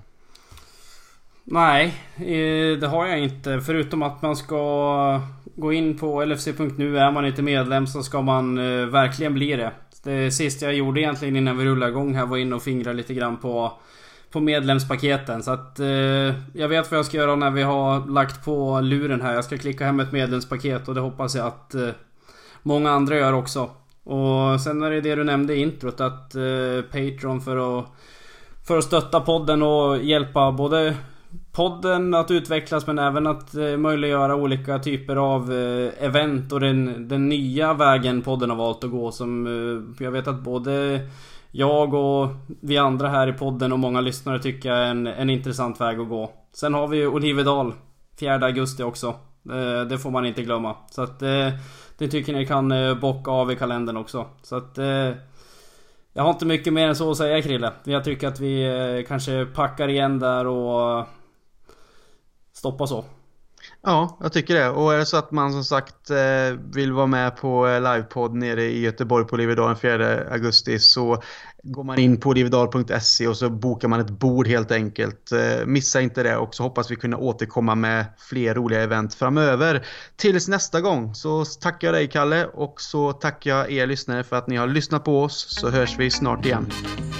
Nej, det har jag inte. Förutom att man ska gå in på L F C punkt nu. Är man inte medlem så ska man uh, verkligen bli det. Det sista jag gjorde egentligen innan vi rullade igång här var in och fingra lite grann på, på medlemspaketen. Så att uh, jag vet vad jag ska göra när vi har lagt på luren här. Jag ska klicka hem ett medlemspaket, och det hoppas jag att uh, många andra gör också. Och sen är det det du nämnde i introt, att uh, Patreon för att, för att stötta podden och hjälpa både podden att utvecklas, men även att eh, möjliggöra olika typer av eh, event och den, den nya vägen podden har valt att gå, som eh, jag vet att både jag och vi andra här i podden och många lyssnare tycker är en, en intressant väg att gå. Sen har vi ju Olivedal fjärde augusti också, eh, det får man inte glömma. Så att eh, det tycker ni kan eh, bocka av i kalendern också. Så att eh, jag har inte mycket mer än så att säga, Krille. Jag tycker att vi eh, kanske packar igen där och stoppa så. Ja, jag tycker det. Och är det så att man som sagt vill vara med på livepodd nere i Göteborg på Olivedal den fjärde augusti, så går man in på olivedal punkt se och så bokar man ett bord helt enkelt. Missa inte det, och så hoppas vi kunna återkomma med fler roliga event framöver. Tills nästa gång så tackar jag dig, Kalle, och så tackar jag er lyssnare för att ni har lyssnat på oss, så hörs vi snart igen.